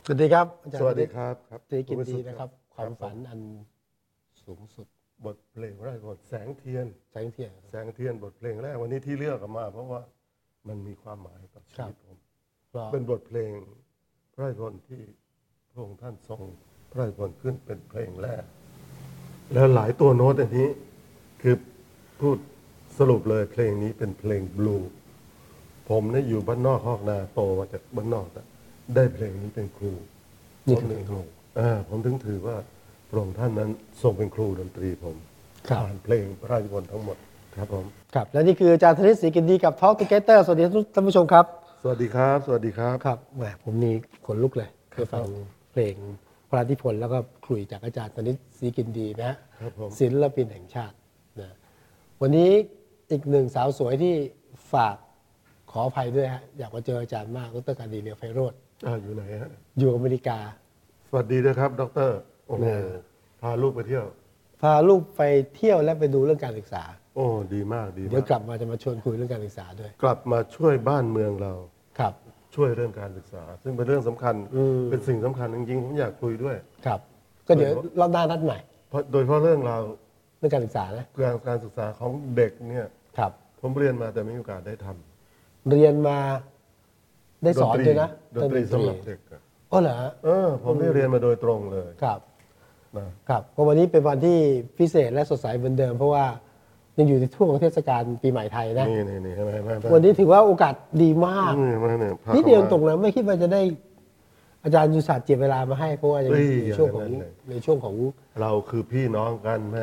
สวัสดีครับอาจารย์สวัสดีครับศรีกินดีนะครับความฝันอันสูงสุดบทเพลงแรกแสงเทียนแสงเทียนแสงเทียนบทเพลงแรกวันนี้ที่เลือกออกมาเพราะว่ามันมีความหมายกับชีวิตผมเป็นบทเพลงพระราชนิพนธ์ที่พระองค์ท่านทรงพระราชนิพนธ์ขึ้นเป็นเพลงแรกแล้วหลายตัวโน้ตอันนี้คือพูดสรุปเลยเพลงนี้เป็นเพลงบลูผมเนี่ยอยู่บ้านนอกฮอกนาโตมาจากบ้านนอกได้เพลงนี้เป็นครูนี่คือเพลงครูผมถึงถือว่าพระองค์ท่านนั้นทรงเป็นครูดนตรีผมผ่านเพลงพระราชนิพนธ์ทั้งหมดครับผมครับและนี่คืออาจารย์ธนิตศรีกินดีกับ Talk Together สวัสดีท่านผู้ชมครับสวัสดีครับสวัสดีครับครับแหมผมนี่ขนลุกเลยเคยฟังเพลงพระราชนิพนธ์แล้วก็คลุยจากอาจารย์ธนิตศรีกินดีนะครับศิลปินแห่งชาตินะวันนี้อีกหนึ่งสาวสวยที่ฝากขออภัยด้วยฮะอยากมาเจออาจารย์มากดร.การดีเลียวไพโรจน์อยู่ไหนฮะอยู่อเมริกาสวัสดีนะครับดร.โอ้โหพาลูกไปเที่ยวพาลูกไปเที่ยวและไปดูเรื่องการศึกษาโอ้ดีมากดีเดี๋ยวกลับมาจะมาชวนคุยเรื่องการศึกษาด้วยกลับมาช่วยบ้านเมืองเราครับช่วยเรื่องการศึกษาซึ่งเป็นเรื่องสำคัญเป็นสิ่งสำคัญจริงๆผมอยากคุยด้วยครับก็เดี๋ยวรอบหน้านัดใหม่เพราะโดยเฉพาะเรื่องเราเรื่องการศึกษานะการศึกษาของเด็กเนี่ยครับผมเรียนมาแต่ไม่มีโอกาสได้ทำเรียนมาได้สอนด้วยนะดนตรีสำหรับเด็กอ๋อเหรอผมได้เรียนมาโดยตรงเลยครับครับก็วันนี้เป็นวันที่พิเศษและสดใสเหมือนเดิมเพราะว่ายังอยู่ในช่วงของเทศกาลปีใหม่ไทยนะนี่ใช่ไหมวันนี้ถือว่าโอกาสดีมากนี่เดียวตรงนะไม่คิดว่าจะได้อาจารย์ยุทธศาสตร์เจียบเวลามาให้เพราะว่ายังอยู่ในช่วงของเราคือพี่น้องกันแม่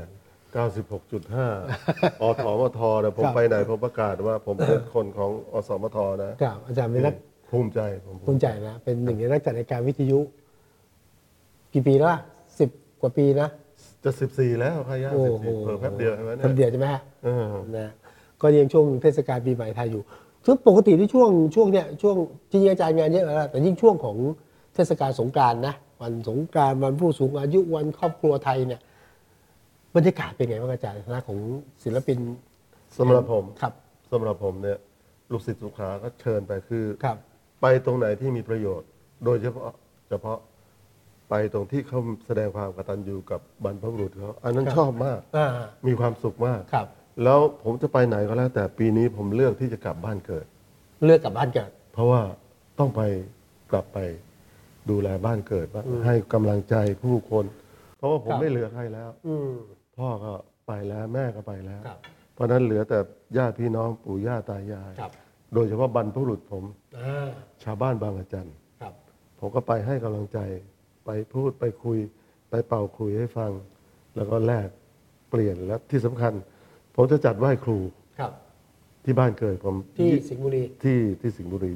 96.5 อสมทนะผมไปไหนผมประกาศว่าผมเป็นคนของอสมทนะครับอาจารย์เป็นนักภูมิใจผมภูมิใจนะเป็นหนึ่งในนักจัดรายการวิทยุกี่ปีแล้ว10 กว่าปีนะจะ14แล้วค่ะย่า14เพิ่มแป๊บเดียวใช่ไหมเนี่ยแป๊บเดียวใช่ไหมฮะนะก็ยังช่วงเทศกาลปีใหม่ไทยอยู่ซึ่งปกติที่ช่วงเนี้ยช่วงจริงๆอาจารย์งานเยอะแล้วแต่ยิ่งช่วงของเทศกาลสงกรานต์นะวันสงกรานต์วันผู้สูงอายุวันครอบครัวไทยเนี่ยบรรยากาศเป็นไงบ้างอาจารย์ในฐานะของศิลปินสำหรับผมครับสำหรับผมเนี่ยลูกศิษย์ลูกหาก็เชิญไปคือครับไปตรงไหนที่มีประโยชน์ โดยเฉพาะไปตรงที่เขาแสดงความกตัญญูกับบรรพบุรุษเขาอันนั้นชอบมากมีความสุขมากแล้วผมจะไปไหนก็แล้วแต่ปีนี้ผมเลือกที่จะกลับบ้านเกิดเลือกกลับบ้านเกิดเพราะว่าต้องไปกลับไปดูแลบ้านเกิดให้กำลังใจผู้คนเพราะว่าผมไม่เหลือใครแล้วพ่อก็ไปแล้วแม่ก็ไปแล้วเพราะนั้นเหลือแต่ญาติพี่น้องปู่ย่าตายายโดยเฉพาะบรรพบุรุษผมชาวบ้านบางอาจารย์ผมก็ไปให้กำลังใจไปพูดไปคุยไปเป่าคุยให้ฟังแล้วก็แลกเปลี่ยนและที่สำคัญผมจะจัดไหว้ครูที่บ้านเกิดผมที่สิงห์บุรีที่สิงห์บุรี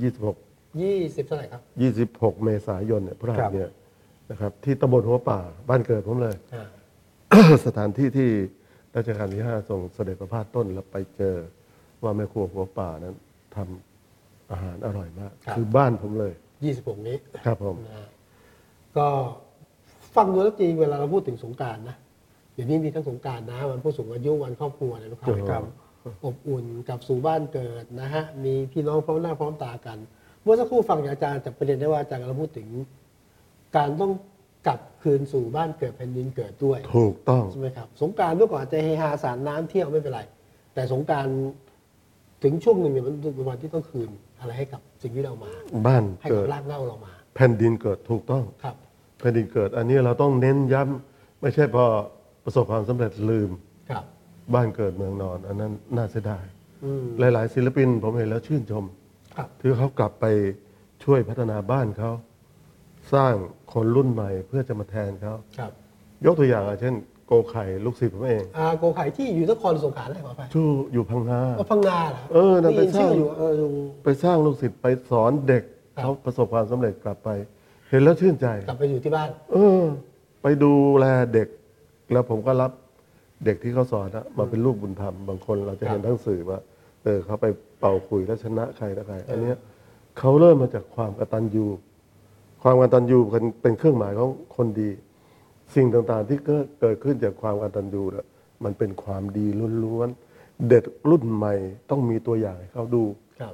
20 เท่าไหร่ครับ 26 เมษายนเนี่ยพฤหัสเนี่ยนะครับที่ตำบลหัวป่าบ้านเกิดผมเลยสถานที่ที่รัชกาลที่5ทรงเสด็จประพาสต้นแล้วไปเจอว่าแม่ครัวหัวป่านั้นทำอาหารอร่อยมากคือบ้านผมเลย 26นี้ครับผมก็ฟังดูแล้วจริงเวลาเราพูดถึงสงกรานต์นะเดี๋ยวนี้มีทั้งสงกรานต์นะวันผู้สูงอายุวันครอบครัวเนี่ยนะครับอบอุ่นกับสู่บ้านเกิดนะฮะมีพี่น้องพร้อมหน้าพร้อมตากันเมื่อสักครู่ฟังอาจารย์จับประเด็นได้ว่าอาจารย์เราพูดถึงการต้องกลับคืนสู่บ้านเกิดแผ่นดินเกิดด้วยถูกต้องใช่ไหมครับสงกรานต์เมื่อก่อนจะเฮฮาสาดน้ำเที่ยวไม่เป็นไรแต่สงกรานต์ถึงช่วงหนึ่งเนี่ยมันเป็นวันที่ต้องคืนอะไรให้กับสิ่งที่เรามาบ้านให้กับรากเหง้าเรามาแผ่นดินเกิดถูกต้องครับแผ่นดินเกิดอันนี้เราต้องเน้นย้ำไม่ใช่พอประสบความสำเร็จลืมบ้านเกิดเมืองนอนอันนั้นน่าเสียดายหลายๆศิลปินผมเห็นแล้วชื่นชมที่เขากลับไปช่วยพัฒนาบ้านเขาสร้างคนรุ่นใหม่เพื่อจะมาแทนเขายกตัวอย่างเช่นโกไข่ลูกศิษย์ผมเองโกไข่ที่อยู่นครสงขลาได้ป่ะไปอยู่พังงาพังงาเหรอนั่นไปสร้างไปสร้างลูกศิษย์ไปสอนเด็กเขาประสบความสำเร็จกลับไปเห็นแล้วชื่นใจกลับไปอยู่ที่บ้านไปดูแลเด็กแล้วผมก็รับเด็กที่เขาสอนมาเป็นลูกบุญธรรมบางคนเราจะเห็นทั้งสื่อว่าเขาไปเป่าคุยแล้วชนะใครใครอันนี้เขาเริ่มมาจากความกตัญญูความกตัญญูเป็นเครื่องหมายของคนดีสิ่งต่างๆที่เกิดขึ้นจากความกตัญญูมันเป็นความดีล้วนๆเด็กรุ่นใหม่ต้องมีตัวอย่างให้เขาดูเพ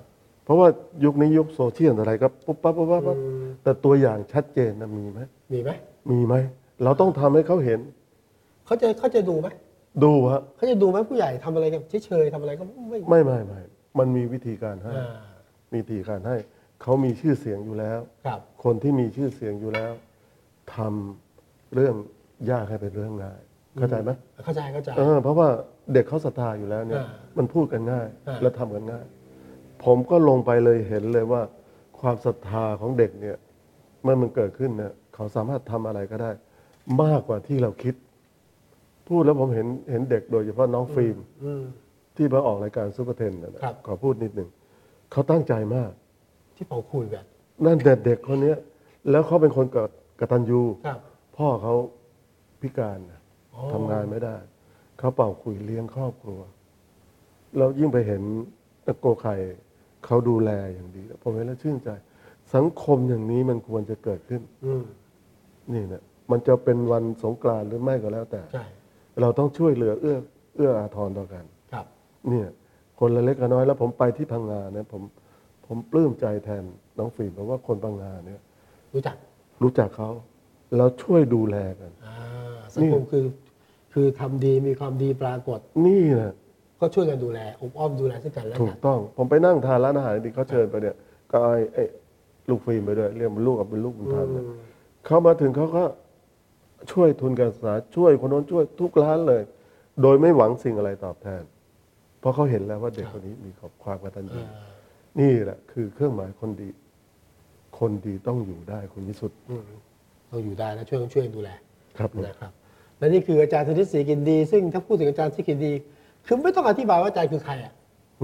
ราะว่ายุคนี้ยุคโซเชียลอะไรก็ปุ๊บปั๊บปุ๊บปั๊บแต่ตัวอย่างชัดเจนนะมีไหมมีไหมมีไหมเราต้องทำให้เขาเห็นเขาจะดูไหมดูฮะเขาจะดูไหมผู้ใหญ่ทำอะไรกันเฉยๆทำอะไรก็ไม่มันมีวิธีการให้มีวิธีการให้เขามีชื่อเสียงอยู่แล้วคนที่มีชื่อเสียงอยู่แล้วทำเรื่องยากให้เป็นเรื่องง่ายเข้าใจไหมเข้าใจเพราะว่าเด็กเขาศรัทธาอยู่แล้วเนี่ยมันพูดกันง่ายและทำกันง่ายผมก็ลงไปเลยเห็นเลยว่าความศรัทธาของเด็กเนี่ยเมื่อมันเกิดขึ้นเนี่ยเขาสามารถทำอะไรก็ได้ มากกว่าที่เราคิดพูดแล้วผมเห็นเด็กโดยเฉพาะน้องฟิล์มที่มาออกรายการซุปเปอร์เทนนะขอพูดนิดหนึ่งเขาตั้งใจมากที่เป่าคุยแบบนั่นเด็กคนนี้แล้วเขาเป็นคนกตัญญูพ่อเขาพิการทำงานไม่ได้เขาเป่าคุยเลี้ยงครอบครัวเรายิ่งไปเห็นโกไข่เขาดูแลอย่างดีผมเห็นแล้วชื่นใจสังคมอย่างนี้มันควรจะเกิดขึ้นนี่เนี่ยมันจะเป็นวันสงกรานต์หรือไม่ก็แล้วแต่เราต้องช่วยเหลือเอื้ออาทรต่อกันเนี่ยคนละเล็กละน้อยแล้วผมไปที่พังงาเนี่ยผมปลื้มใจแทนน้องฟิล์มเพราะว่าคนพังงาเนี่ยรู้จักเขาแล้วช่วยดูแลกันสังคมคือทำดีมีความดีปรากฏนี่แหละก็ช่วยกันดูแลอบอ้อมดูแลซึ่งกันและกันถูกต้องผมไปนั่งทานร้านอาหารดีเขาเชิญไปเนี่ยก็ไอ้ลูกฟิล์มไปด้วยเรียกมันลูกกับเป็นลูกบุญธรรมเขามาถึงเขาก็ช่วยทุนการศึกษาช่วยคนโน้นช่วยทุกร้านเลยโดยไม่หวังสิ่งอะไรตอบแทนเพราะเขาเห็นแล้วว่าเด็กคนนี้มีความกตัญญูนี่แหละคือเครื่องหมายคนดีต้องอยู่ได้คุณวิสุทธิ์ต้องอยู่ได้และช่วยดูแลครับนะครับและนี่คืออาจารย์ธนิต ศรีกินดีซึ่งถ้าพูดถึงอาจารย์ศรีกินดีคือไม่ต้องอธิบายว่าอาจารย์คือใครอ่ะ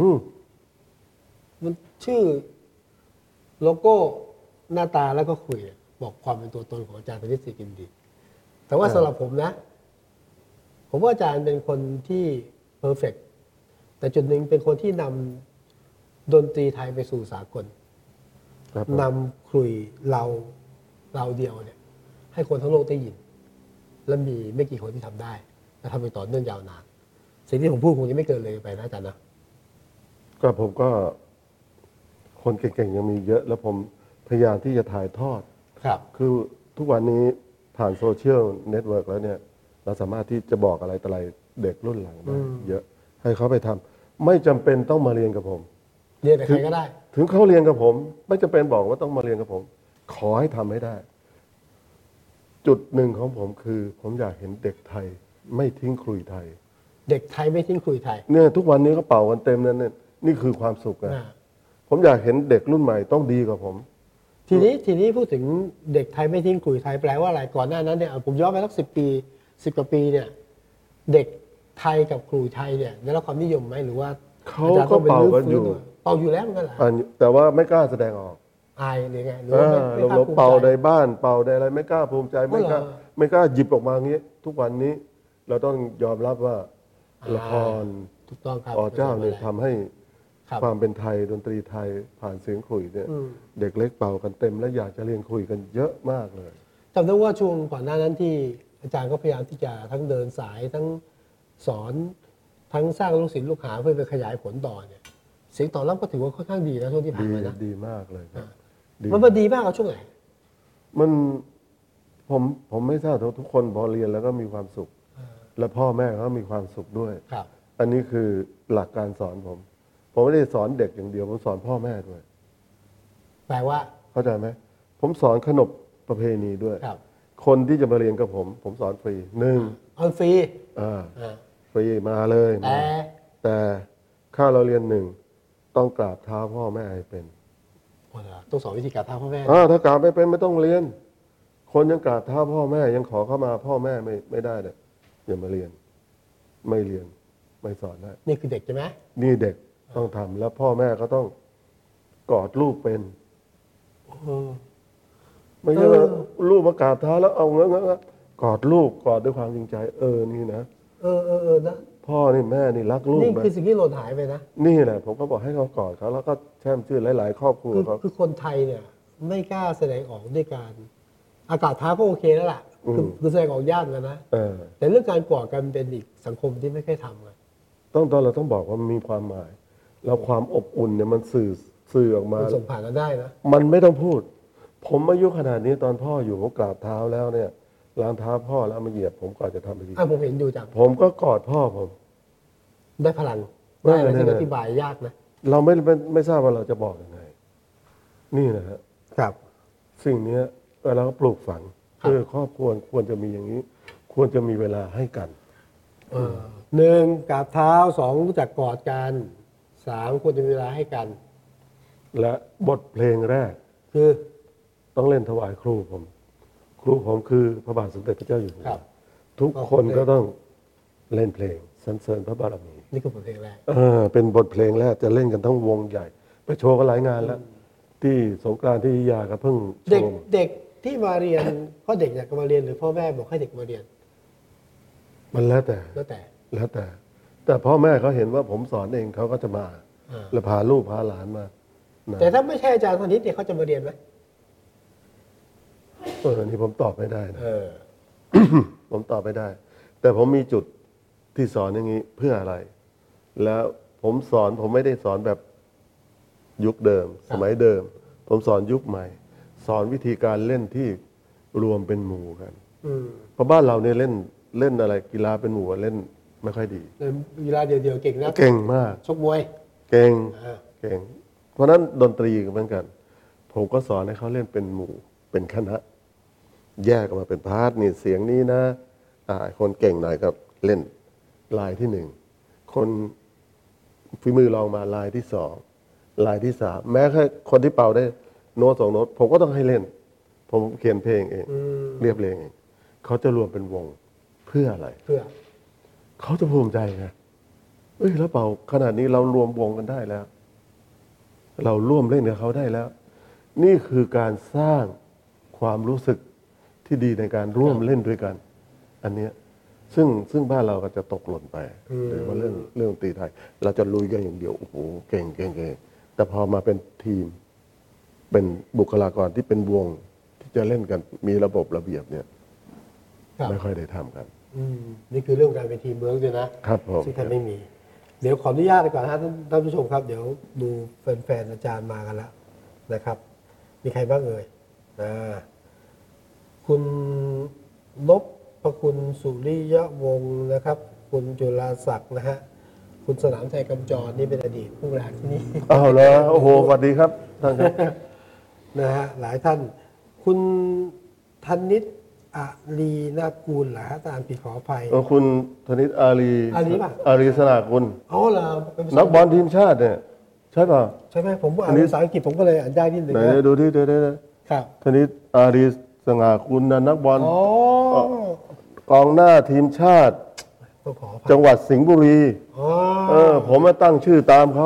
มันชื่อโลโก้หน้าตาแล้วก็คุยบอกความเป็นตัวตนของอาจารย์ธนิต ศรีกินดีแต่ว่าสำหรับผมนะผมว่าอาจารย์เป็นคนที่เพอร์เฟกต์แต่จุดหนึ่งเป็นคนที่นำดนตรีไทยไปสู่สากลนำคลุยเราเดียวเนี่ยให้คนทั้งโลกได้ยินและมีไม่กี่คนที่ทำได้และทำไปต่อเนื่องยาวนานสิ่งที่ผมพูดคงจะไม่เกินเลยไปนะอาจารย์นะก็ผมก็คนเก่งๆยังมีเยอะแล้วผมพยายามที่จะถ่ายทอดคือทุกวันนี้ผ่านโซเชียลเน็ตเวิร์กแล้วเนี่ยเราสามารถที่จะบอกอะไรต่ออะไรเด็กรุ่นหลังได้เยอะให้เขาไปทำไม่จำเป็นต้องมาเรียนกับผมเรียนกับใครก็ได้ถึงเขาเรียนกับผมไม่จำเป็นบอกว่าต้องมาเรียนกับผมขอให้ทำให้ได้จุดหนึ่งของผมคือผมอยากเห็นเด็กไทยไม่ทิ้งครุยไทยเด็กไทยไม่ทิ้งครุยไทยเนี่ยทุกวันนี้เขาเป่ากันเต็มนั้นเนี่ยนี่คือความสุขนะผมอยากเห็นเด็กรุ่นใหม่ต้องดีกว่าผมทีนี้พูดถึงเด็กไทยไม่ทิ้งครุยไทยแปลว่าอะไรก่อนหน้านั้นเนี่ยผมย้อนไปสัก10 กว่าปีเนี่ยเด็กไทยกับครุยไทยเนี่ยได้รับความนิยมไหมหรือว่าเขาก็เป่ากันอยู่แล้วเหมือนกันเหรอแต่ว่าไม่กล้าแสดงออกอายหรือไงหรือว่าเราเป่าในบ้านเป่าในอะไรไม่กล้าภูมิใจไม่กล้าหยิบออกมาอย่างนี้ทุกวันนี้เราต้องยอมรับว่าละครถูกต้องครับอ๋อเจ้าเนี่ยทำให้ความเป็นไทยดนตรีไทยผ่านเสียงขลุ่ยเนี่ยเด็กเล็กเป่ากันเต็มและอยากจะเรียนขลุ่ยกันเยอะมากเลยจำได้ว่าช่วงก่อนหน้านั้นที่อาจารย์ก็พยายามที่จะทั้งเดินสายทั้งสอนทั้งสร้างลูกศิษย์ลูกหาเพื่อไปขยายผลต่อเนี่ยเสียงตอบรับก็ถือว่าค่อนข้างดีนะช่วงที่ผ่านมานะดีมากเลยครับมันดีมากเอาช่วงไหนมันผมไม่ทราบทุกคนพอเรียนแล้วก็มีความสุขและพ่อแม่เขามีความสุขด้วยอันนี้คือหลักการสอนผมไม่ได้สอนเด็กอย่างเดียวผมสอนพ่อแม่ด้วยแปลว่าเข้าใจไหมผมสอนขนบประเพณีด้วยคนที่จะมาเรียนกับผมสอนฟรีฟรีฟรีมาเลยแต่ค่าเราเรียนต้องกราบเท้าพ่อแม่ให้เป็นต้องสอนวิธีกราบเท้าพ่อแม่ถ้ากราบไม่เป็นไม่ต้องเรียนคนยังกราบเท้าพ่อแม่ยังขอเข้ามาพ่อแม่ไม่ได้เลยอย่ามาเรียนไม่สอนได้นี่คือเด็กใช่ไหมนี่เด็กต้องทำแล้วพ่อแม่ก็ต้องกอดลูกเป็นไม่ใช่ว่าลูกมากราบเท้าแล้วเอาเงี้ยกอดลูกกอดด้วยความจริงใจนี่นะนะพ่อนี่แม่นี่รักลูกนี่คือสิ่งที่หล่นหายไปนะนี่แหละผมก็บอกให้เขากอดเขาแล้วก็แช่มชื่นหลายๆครอบครัวเขาคือคนไทยเนี่ยไม่กล้าแสดงออกด้วยการอากาศท้าก็โอเคแล้วล่ะคือแสดงออกยากกันนะแต่เรื่องการกอดกันเป็นอีกสังคมที่ไม่เคยทำเลยเราต้องบอกว่ามีความหมายแล้วความอบอุ่นเนี่ยมันสื่อออกมาส่งผ่านกันได้นะมันไม่ต้องพูด ผมอายุขนาดนี้ตอนพ่ออยู่ผมกราบเท้าแล้วเนี่ยล้างเท้าพ่อแล้วมาเหยียบผมก่อนจะทำพิธีผมเห็นอยู่จากผมก็กอดพ่อผมได้พลังได้อะไรที่อธิบายยากนะเราไม่ทราบว่าเราจะบอกยังไง นี่นะฮะครับสิ่งนี้เราก็ปลูกฝังครอบครัวควรจะมีอย่างนี้ ควรจะมีเวลาให้กันหนึ่งกราบเท้าสองรู้จักกอดกันสามควรจะมีเวลาให้กันและบทเพลงแรกคือต้องเล่นถวายครูผม ครูผมคือพระบาทสมเด็จพระเจ้าอยู่หัวครับทุกคนก็ต้องเล่นเพลงสรรเสริญพระบารมีนี่คือบทเพลงแรกเป็นบทเพลงแรกจะเล่นกันทั้งวงใหญ่ ไปโชว์กันหลายงานแล้ว ที่สงกรานต์ที่อยุธยาก็เพิ่งโชเด็กว์เด็กที่มาเรียนพ่อเด็กอยากจะมาเรียนหรือพ่อแม่บอกให้เด็กมาเรียนมันแล้วแต่แล้วแต่แล้วแต่ แต่พ่อแม่เขาเห็นว่าผมสอนเองเขาก็จะมา แล้วพาลูกพาหลานมานะแต่ถ้าไม่ใช่อาจารย์ธนิตเนี่ยเขาจะมาเรียนไหมอันนี้ผมตอบไม่ได้นะเออผมตอบไม่ได้ แต่ผมมีจุดที่สอนอย่างนี้เพื่ออะไร แล้วผมสอนผมไม่ได้สอนแบบยุคเดิม สมัยเดิม ผมสอนยุคใหม่ สอนวิธีการเล่นที่รวมเป็นหมู่กัน เพราะบ้านเราเนี่ยเล่นอะไรกีฬาเป็นหมู่เล่นไม่ค่อยดีเวลาเดียวๆเก่งนะเก่งมากชกมวยเก่งอ่าเก่ง เพราะฉะนั้นดนตรีก็เหมือนกัน ผมก็สอนให้เขาเล่นเป็นหมู่เป็นคณะ แยกออกมาเป็นพาร์ทนี่เสียงนี้นะคนเก่งหน่อยก็เล่นลายที่หนึ่งคนฝีมือลองมาลายที่สองลายที่สามแม้แค่คนที่เป่าได้โน้ตสองโน้ตผมก็ต้องให้เล่น ผมเขียนเพลงเองเรียบเรียงเองเขาจะรวมเป็นวงเพื่ออะไรเพื่อเขาจะภูมิใจไงแล้วเป่าขนาดนี้เรารวมวงกันได้แล้ว เราร่วมเล่นกับเขาได้แล้ว นี่คือการสร้างความรู้สึกที่ดีในการร่วมเล่นด้วยกัน อันเนี้ยซึ่งบ้านเราก็จะตกหล่นไปหรือว่าเรื่องดนตรีไทย เราจะลุยกันอย่างเดียวโอ้โหเก่งเก่งเก่งแต่พอมาเป็นทีม เป็นบุคลากรที่เป็นวงที่จะเล่นกันมีระบบระเบียบเนี่ยครับไม่ค่อยได้ทำกันนี่คือเรื่องการเป็นทีมเวิร์กด้วยนะครับผมซึ่งท่านไม่มี เดี๋ยวขออนุญาตก่อนนะท่านผู้ชมครับ เดี๋ยวดูแฟนๆอาจารย์มากันแล้วนะครับ มีใครบ้างเอ่ยคุณนพคุณสุริยะวงศ์นะครับ คุณจุลศักดิ์นะฮะคุณสนามชัยกำจรนี่เป็นอดีตผู้บริหารที่นี่อ้าวแล้วโอ้โหสวัสดีครับท่านครับนะฮะหลายท่าน คุณธนิตอารีนากูลเหรอฮะอาจารย์ผิดขออภัยคุณธนิตอารีอารีป่ะอารีสนากุลอ๋อเหรอเป็นภาษานักบอลทีมชาติเนี่ยใช่ป่ะใช่ไหมผมอ่านภาษาอังกฤษผมก็เลยอ่านยากนิดหนึ่งไหนนะดูที่เดี๋ยวครับธนิตอารีสง่ากุลนะนักบอลอ๋อกองหน้าทีมชาติต้องขออภัยจังหวัดสิงห์บุรีอ๋อผมมาตั้งชื่อตามเขา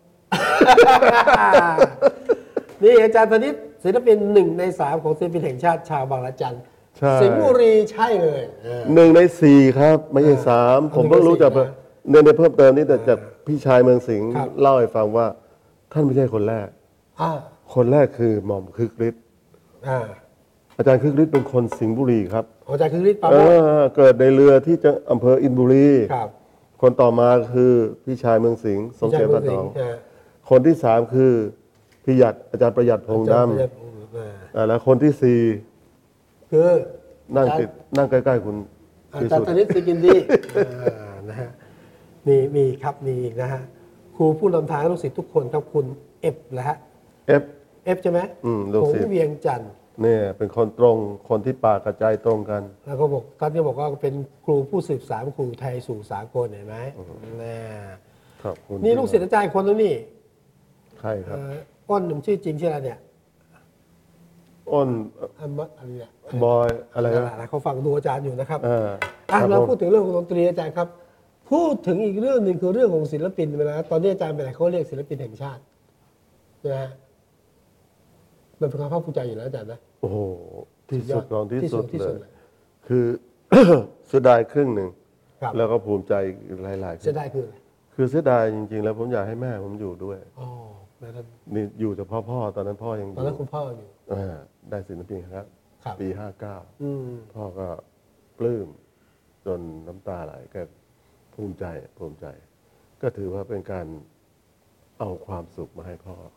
นี่อาจารย์ธนิตศิลปิน1 ใน 3ของศิลปินแห่งชาติชาวบางระจันใช่สิงห์บุรีใช่เลย 1 ใน 4ครับ ไม่ใช่3ผมเพิ่งรู้จักหนึ่งในสี่นะเนี่ยเพิ่มเติมนี่แต่จากพี่ชายเมืองสิงห์ครับเล่าให้ฟังว่า ท่านไม่ใช่คนแรกอ่าคนแรกคือหม่อมคึกฤทธิ์อ่าอาจารย์คึกฤทธิ์เป็นคนสิงห์บุรีครับอาจารย์คือฤทธิ์ปราเอโมชเกิดในเรือที่จังอำเภออินบุรีครับคนต่อมาคือพี่ชายเมืองสิงห์สมเด็จพระทองอ่าคนที่ 3 คือพี่หยัดอาจารย์ประหยัดพงษ์ดอาจารย์ประหยัดพงษ์อ่าำแล้วคนที่คือ 4 นั่งติดนั่งใกล้ๆคุณอาพิจารสุทย์ธธิ์นิตสิกินดีนะฮะมีครับมีอีกนะฮะครูผู้นำทางลูกศิษย์ทุกคนครับคุณเอฟนะฮะเอฟเอฟใช่ไหมลูกผงศิษย์เวียงจันทร์เนี่ยเป็นคนตรงคนที่ปากกระจายตรงกันแล้วก็บอกท่านก็บอกว่าเป็นครูผู้สืบสานครูไทยสู่สากลเห็นไหมนะครับคุณนี่ลูกศิษย์อาจารย์คนนึงนี่ใช่ครับอ้นหนุ่มชื่อจริงชื่ออะไรเนี่ยอ้นอะไรเนี่ยบอยอะไรนั่นนะแหละเขาฟังดูอาจารย์อยู่นะครับครับเราผมพูดถึงเรื่องของดนตรีอาจารย์ครับ พูดถึงอีกเรื่องหนึ่งคือเรื่องของศิลปินเวลาตอนนี้อาจารย์ไปไหนเขาเรียกศิลปินแห่งชาตินะฮะมันเป็นความภาคภูมิใจอยู่แล้วอาจารย์นะโอ้โหที่สุดของที่สุดที่เลสุดยเลยคือ เสียดายครึ่งหนึ่งครับแล้วก็ภูมิใจหลายๆคเสีรึ่ยงดายคืออะไรคือเสียดายจริง ๆ แล้วผมอยากให้แม่ผมอยู่ด้วยอ๋อแล้วท่านนี่อยู่แต่พ่อตอนนั้นพ่อยังอตอนนั้นคุยู่ณพ่ออยู่ได้ศิลปินครับครับปีอืม 59 พ่อก็ปลื้มจนน้ำตาไหลก็ภูมิใจ ก็ถือว่าเป็นการเอาความสุขมาให้พ่อ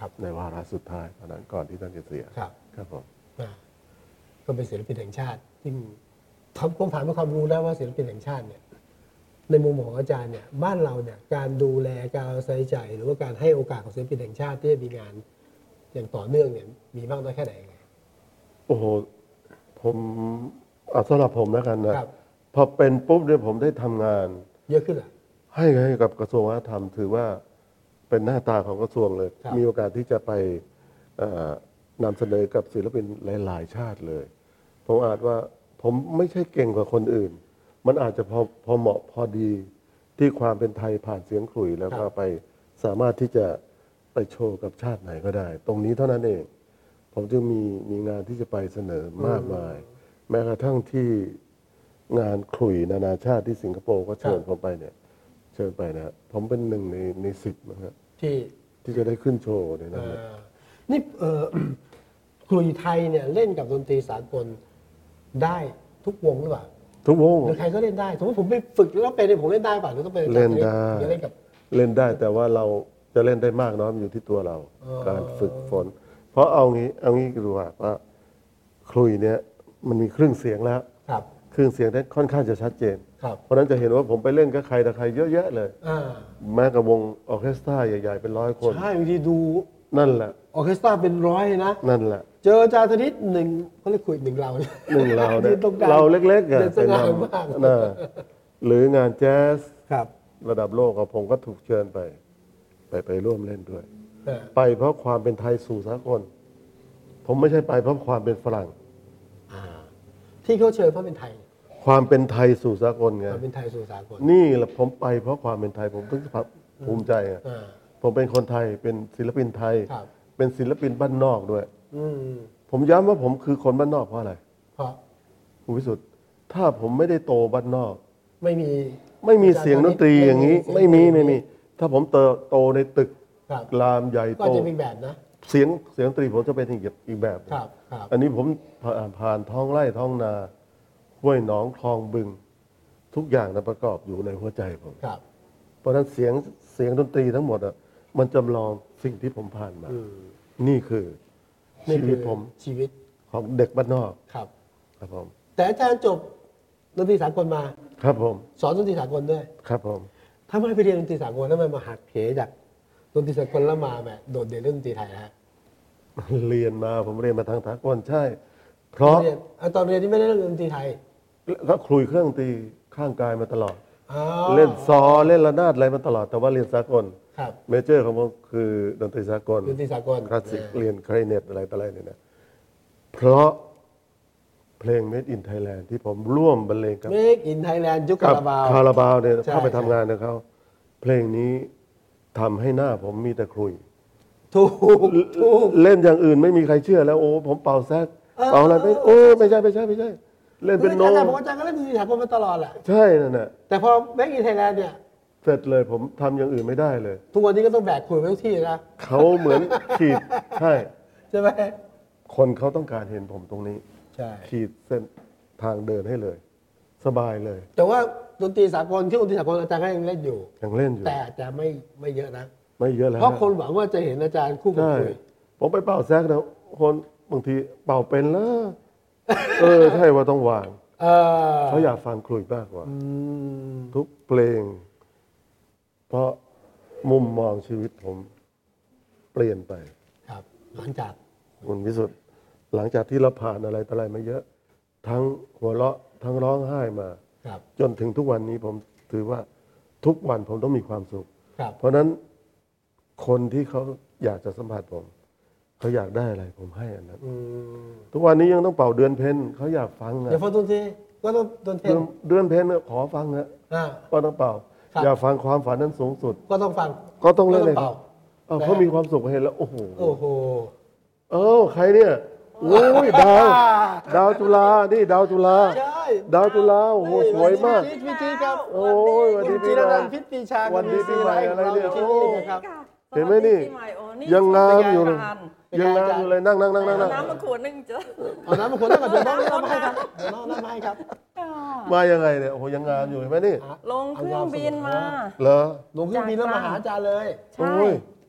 ในวาระสุดท้ายตอนนั้นก่อนที่ท่านจะเสียครับผมก็เป็นศิลปินแห่งชาติซึ่งผมถามด้วยความรู้นะว่าศิลปินแห่งชาติเนี่ยในมุมของอาจารย์เนี่ยบ้านเราเนี่ยการดูแลการใส่ใจหรือว่าการให้โอกาสของศิลปินแห่งชาติที่จะมีงานอย่างต่อเนื่องเนี่ยมีมากน้อยแค่ไหนไงโอ้โหผมสำหรับผมแล้วกันนะพอเป็นปุ๊บเนี่ยผมได้ทำงานเยอะขึ้นอ่ะให้กับกระทรวงวัฒนธรรมถือว่าเป็นหน้าตาของกระทรวงเลยมีโอกาสที่จะไปนำเสนอกับศิลปินหลายๆชาติเลยผมอาจว่าผมไม่ใช่เก่งกว่าคนอื่นมันอาจจะพอเหมาะพอดีที่ความเป็นไทยผ่านเสียงขลุ่ยแล้วก็ไปสามารถที่จะไปโชว์กับชาติไหนก็ได้ตรงนี้เท่านั้นเองผมจึงมีงานที่จะไปเสนอมากมายแม้กระทั่งที่งานขลุ่ยนานาชาติที่สิงคโปร์ก็เชิญผมไปเนี่ยเชิญไปนะผมเป็นหนึ่งใน10นะครับที่จะได้ขึ้นโชว์ในนั้นนี่ขลุ่ยไทยเนี่ยเล่นกับดนตรีสากลได้ทุกวงหรือเปล่าทุกวงหรือใครก็เล่นได้สมมติผมไปฝึกแล้วเป็นผมเล่นได้ป่ะหรือต้องเป็นเล่นได้เล่นได้แต่ว่าเราจะเล่นได้มากน้อยมันอยู่ที่ตัวเราการฝึกฝนเพราะเอางี้ดูว่าขลุ่ยเนี่ยมันมีเครื่องเสียงแล้วเครื่องเสียงได้ค่อนข้างจะชัดเจนเพราะนั้นจะเห็นว่าผมไปเล่นกับใครแต่ใครเยอะแยะเลยแม้กับวงออเคสตราใหญ่ๆเป็น100 คนใช่บางทีดูนั่นแหละออเคสตราเป็น100นะนั่นแหละเจออาจารย์ธนิตหนึ่งเขาเรียกคุยหนึ่งเราเนี่ยเราเล็กๆเป็นนำนะหรืองานแจ๊สระดับโลกผมก็ถูกเชิญไปร่วมเล่นด้วยไปเพราะความเป็นไทยสู่สากลผมไม่ใช่ไปเพราะความเป็นฝรั่งที่เขาเชิญเพราะเป็นไทยความเป็นไทยสู่สากลไงความเป็นไทยสู่สากลนี่แหละผมไปเพราะความเป็นไทยผมถึงภูมิใจผมเป็นคนไทยเป็นศิลปินไทยเป็นศิลปินบ้านนอกด้วยผมย้ำว่าผมคือคนบ้านนอกเพราะอะไรเพราะคุณวิสุทธิ์ถ้าผมไม่ได้โตบ้านนอกไม่มีเสียงดนตรีอย่างนี้ไม่มีถ้าผมโตในตึกรามใหญ่โตก็จะเป็นแบบนะเสียงดนตรีผมจะเป็นอีกแบบอันนี้ผมผ่านท้องไร่ท้องนาห้วยหนองคลองบึงทุกอย่างนะประกอบอยู่ในหัวใจผมเพราะฉะนั้นเสียงดนตรีทั้งหมดมันจำลองสิ่งที่ผมผ่านมานี่คือชีวิตผมชีวิตของเด็กบ้านนอกครับผมแต่อาจารย์จบดนตรีสากลมาครับผมสอนดนตรีสากลด้วยครับผมถ้าไม่ไปเรียนดนตรีสากลแล้วมันมาหักเหจากดนตรีสากลแล้วมาแบบโดดเด่นเรื่องดนตรีไทยฮะผมเรียนมาทางสากลใช่เพราะตอนเรียนนี่ไม่ได้เล่นดนตรีไทยก็คลุยเครื่องดนตรีข้างกายมาตลอดเล่นซอเล่นระนาดอะไรมาตลอดแต่ว่าเรียนสากลเมเจอร์ของผมคือดนตรีสากลคลาสสิกเรียนคลาริเนตอะไรต่ออะไรเนี่ยนะเพราะเพลง Made in Thailand ที่ผมร่วมบรรเลงกับ Made in Thailand ยุคคาราบาวเนี่ยเข้าไปทำงานกับเขาเพลงนี้ทำให้หน้าผมมีแต่ครุยถูกเล่นอย่างอื่นไม่มีใครเชื่อแล้วโอ้ผมเป่าแซกเป่าอะไรไม่ใช่เล่นเป็นโน้ตผมอาจารย์ก็เล่นดนตรีสากลมาตลอดแหละใช่นั่นแหละแต่พอ Made in Thailand เนี่ยเสร็จเลยผมทำอย่างอื่นไม่ได้เลยทุกวันนี้ก็ต้องแบกคุยไปทุกที่นะเขาเหมือนขีดใช่ไหมคนเขาต้องการเห็นผมตรงนี้ขีดเส้นทางเดินให้เลยสบายเลยแต่ว่าดนตรีสากลที่ดนตรีสากลอาจารย์ก็ยังเล่นอยู่แต่อาจจะไม่เยอะนะไม่เยอะแล้วเพราะคนหวังว่าจะเห็นอาจารย์คู่กับคุยผมไปเป่าแซกนะคนบางทีเป่าเป็นแล้วใช่ว่าต้องวางเขาอยากฟังคลุยมากกว่าทุกเพลงเพราะมุมมองชีวิตผมเปลี่ยนไปครับหลังจากคุณวิสุทธิ์หลังจากที่เราผ่านอะไรต่ออะไรมาเยอะทั้งหัวเราะทั้งร้องไห้มาจนถึงทุกวันนี้ผมถือว่าทุกวันผมต้องมีความสุขเพราะนั้นคนที่เขาอยากจะสัมผัสผมเขาอยากได้อะไรผมให้อันนั้นทุกวันนี้ยังต้องเป่าเดือนเพ็ญเขาอยากฟังอยากฟังดนตรีก็ต้องเดือนเพ็ญขอฟังนะก็ต้องเป่าอยากฟังความฝันนั้นสูงสุดก็ต้องฟังก็ต้องเล่นเลยเขามีความสุขเห็นแล้วโอ้โหใครเนี่ยโอ้ยดาวจุฬานี่ดาวจุฬาดาวจุฬาโอ้โหสวยมากพี่จีครับโอ้ยวันดีปีใหม่พิษปีชาวันดีปีใหม่อะไรเนี่ยโอ้เห็นไหมนี่ยังงามอยู่เลยยังงามอยู่เลยนั่งน้ำมาขวดนึงเจอเอาน้ำมาขวดนึงก่อนเดี๋ยวน้องให้ครับเดี๋ยวน้องให้ครับมายังไงเนี่ยโอ้โหยังงามอยู่เห็นไหมนี่ลงเครื่องบินมาเหรอลงเครื่องบินแล้วมาหาอาจารย์เลยใช่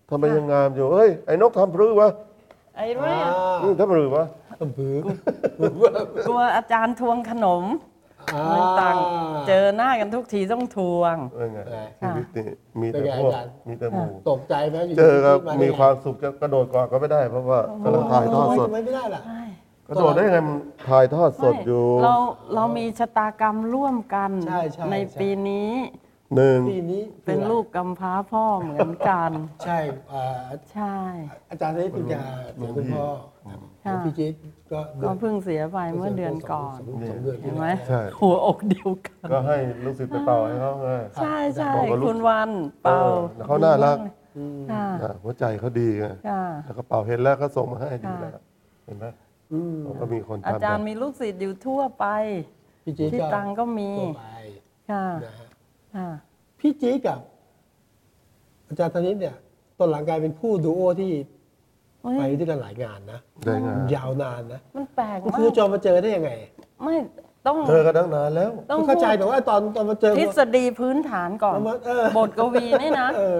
ทำไมยังงามอยู่เอ้ยไอ้นกทำพรือวะไอ้เรื่องทำพรือวะบือกลัวอาจารย์ทวงขนมไม่ต่างเจอหน้ากันทุกทีต้องทวงไงชีวิตนี่มีแต่พวกมีแต่หมู่ตกใจไหมเจอก็มีความสุขจะกระโดดก่อนก็ไม่ได้เพราะว่ากำลังถ่ายทอดสดทำไมไม่ได้ล่ะกระโดดได้ไงมันถ่ายทอดสดอยู่เรามีชะตากรรมร่วมกันใช่ปีนี้หนึ่งปีนี้เป็นลูกกำพร้าพ่อเหมือนกันใช่ใช่อาจารย์ได้ปริญญาเสียคุณพ่อค่ะพี่จิ๊ดก็ก็เพิ่งเสียไปเมื่อเดือนก่อนสองเดือนเห็นไหมใช่หัวอกเดียวกันก็ให้ลูกศิษย์ไปเป่าให้เขาไงใช่ใช่บอกว่าลูกคุณวันเป่าแล้วเขาน่ารักค่ะหัวใจเขาดีไงค่ะแล้วก็เป่าเห็นแล้วก็ส่งมาให้ดีแล้วเห็นไหมผมก็มีคนอาทำจารย์แบบมีลูกศิษย์อยู่ทั่วไปพี่จิ๊ดที่ก็ตรังก็มีทั่วไปค่ะนะฮะค่ะพี่จี๊ดกับ อาจารย์ธนิตเนี่ยตอนหลังกลายเป็นคู่ดูโอที่เฮ้ยไปด้วยกันหลายงานนะได้งานยาวนานนะมันแปลกคุณมาครูกจอมมาเจอได้ยังไงไม่ต้องเจอกันตั้งนานแล้วต้องเข้าใจแต่ว่าตอนมาเจอทฤษฎีพื้นฐานก่อน บทกวีนี่นะเออ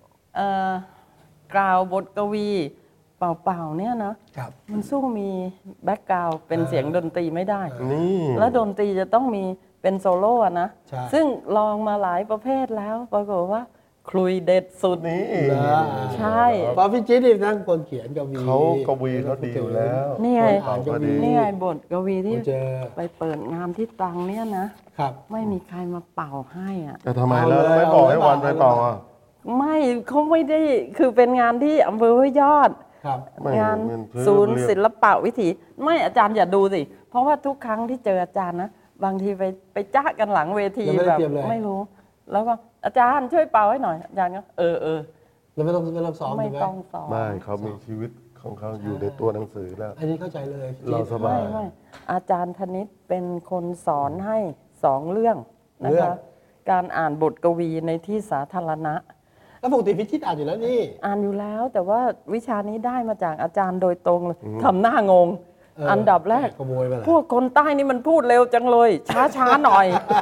กล่าวบทกวีเปล่าๆเนี่ยนะครับ มันสู้มีแบ็กกราวด์เป็นเสียงดนตรีไม่ได้นี่แล้วดนตรีจะต้องมีเป็นโซโล่อะนะใช่ซึ่งลองมาหลายประเภทแล้วปรากฏว่าคลุยเด็ดสุดนี่ใช่เพราะพี่จี๊ดนี่นั่งคนเขียนกวีเขากวีเขาดีอยู่แล้วนี่ไงเขาก็ดีนี่ไงบทกวีที่เจอไปเปิดงานที่ตรังเนี่ยนะครับไม่มีใครมาเป่าให้อ่ะแต่ทำไมแล้วไม่บอกให้วันไปเป่าอ่ะไม่เขาไม่ได้คือเป็นงานที่อำเภอห้วยยอดครับไม่งานมันเพื่อศูนย์เรียกศิลปะวิถีไม่อาจารย์อย่าดูสิ เพราะว่าทุกครั้งที่เจออาจารย์นะ บางทีไปจ้ากันหลังเวทียังไม่แบได้บเตรียมเลยไม่รู้ แล้วก็อาจารย์ช่วยเป่าให้หน่อย อาจารย์ก็เออแล้วไม่ต้องซ้อมไม่ถูกไหมต้องสอนไม่เขามีชีวิตของเขาอยู่ในตัวหนังสือแล้วอันนี้เข้าใจเลยเราสบายไม่อาจารย์ธนิตเป็นคนสอนให้2 เรื่องนะคะ การอ่านบทกวีในที่สาธารณะแล้วปกติพี่จี๊ดอ่านอยู่แล้วนี่อ่านอยู่แล้วแต่ว่าวิชานี้ได้มาจากอาจารย์โดยตรงเลยทำหน้างง อันดับแรกขโมยมาเหรอพวกคนใต้นี่มันพูดเร็วจังเลย ช้าๆหน่อย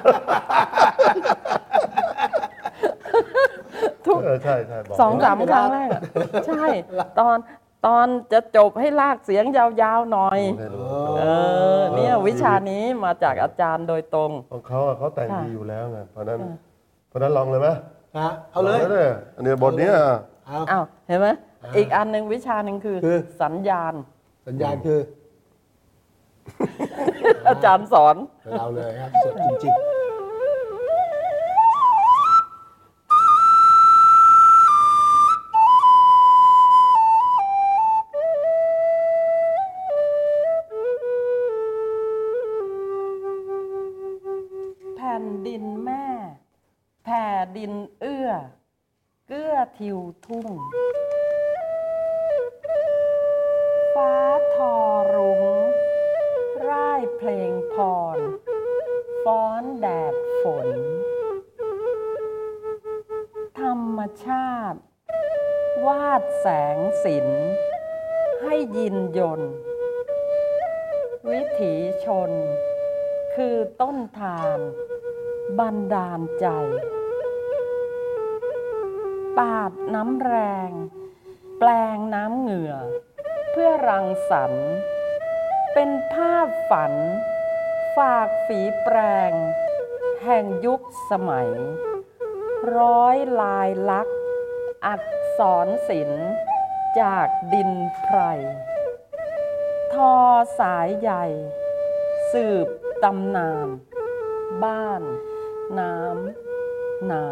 ทุกใช่ใช่บอก 2-3 ครั้งแรกอะใช่ ตอนจะจบให้ลากเสียงยาวๆหน่อยให้รู้เนี่ยวิชานี้มาจากอาจารย์โดยตรงของเขาอะเขาแต่งดีอยู่แล้วไงเพราะฉะนั้นลองเลยไหมฮะเอาเลยงเลยอันนี้บทเนี้ยเอาอ้าวเห็นไหมอีกอันหนึ่งวิชาหนึ่งคือคือสัญญาณสัญญาณคืออาจารย์สอนเราเลยครับสดจริงๆแผ่นดินแม่ แผ่ดินเอื้อ เกื้อทิวทุ่ง ฟ้าทอรุ้งร่ายเพลงพร ฟ้อนแดดฝน ธรรมชาติ วาดแสงสิน ให้ยินยนต์ วิถีชน คือต้นทานบันดาลใจ ปาดน้ำแรง แปลงน้ำเหงื่อ เพื่อรังสรรค์เป็นภาพฝัน ฝากฝีแปรงแห่งยุคสมัย ร้อยลายลักษณ์อักษรศิลป์จากดินไพร ทอสายใหญ่ สืบตำนาน บ้าน น้ำ นา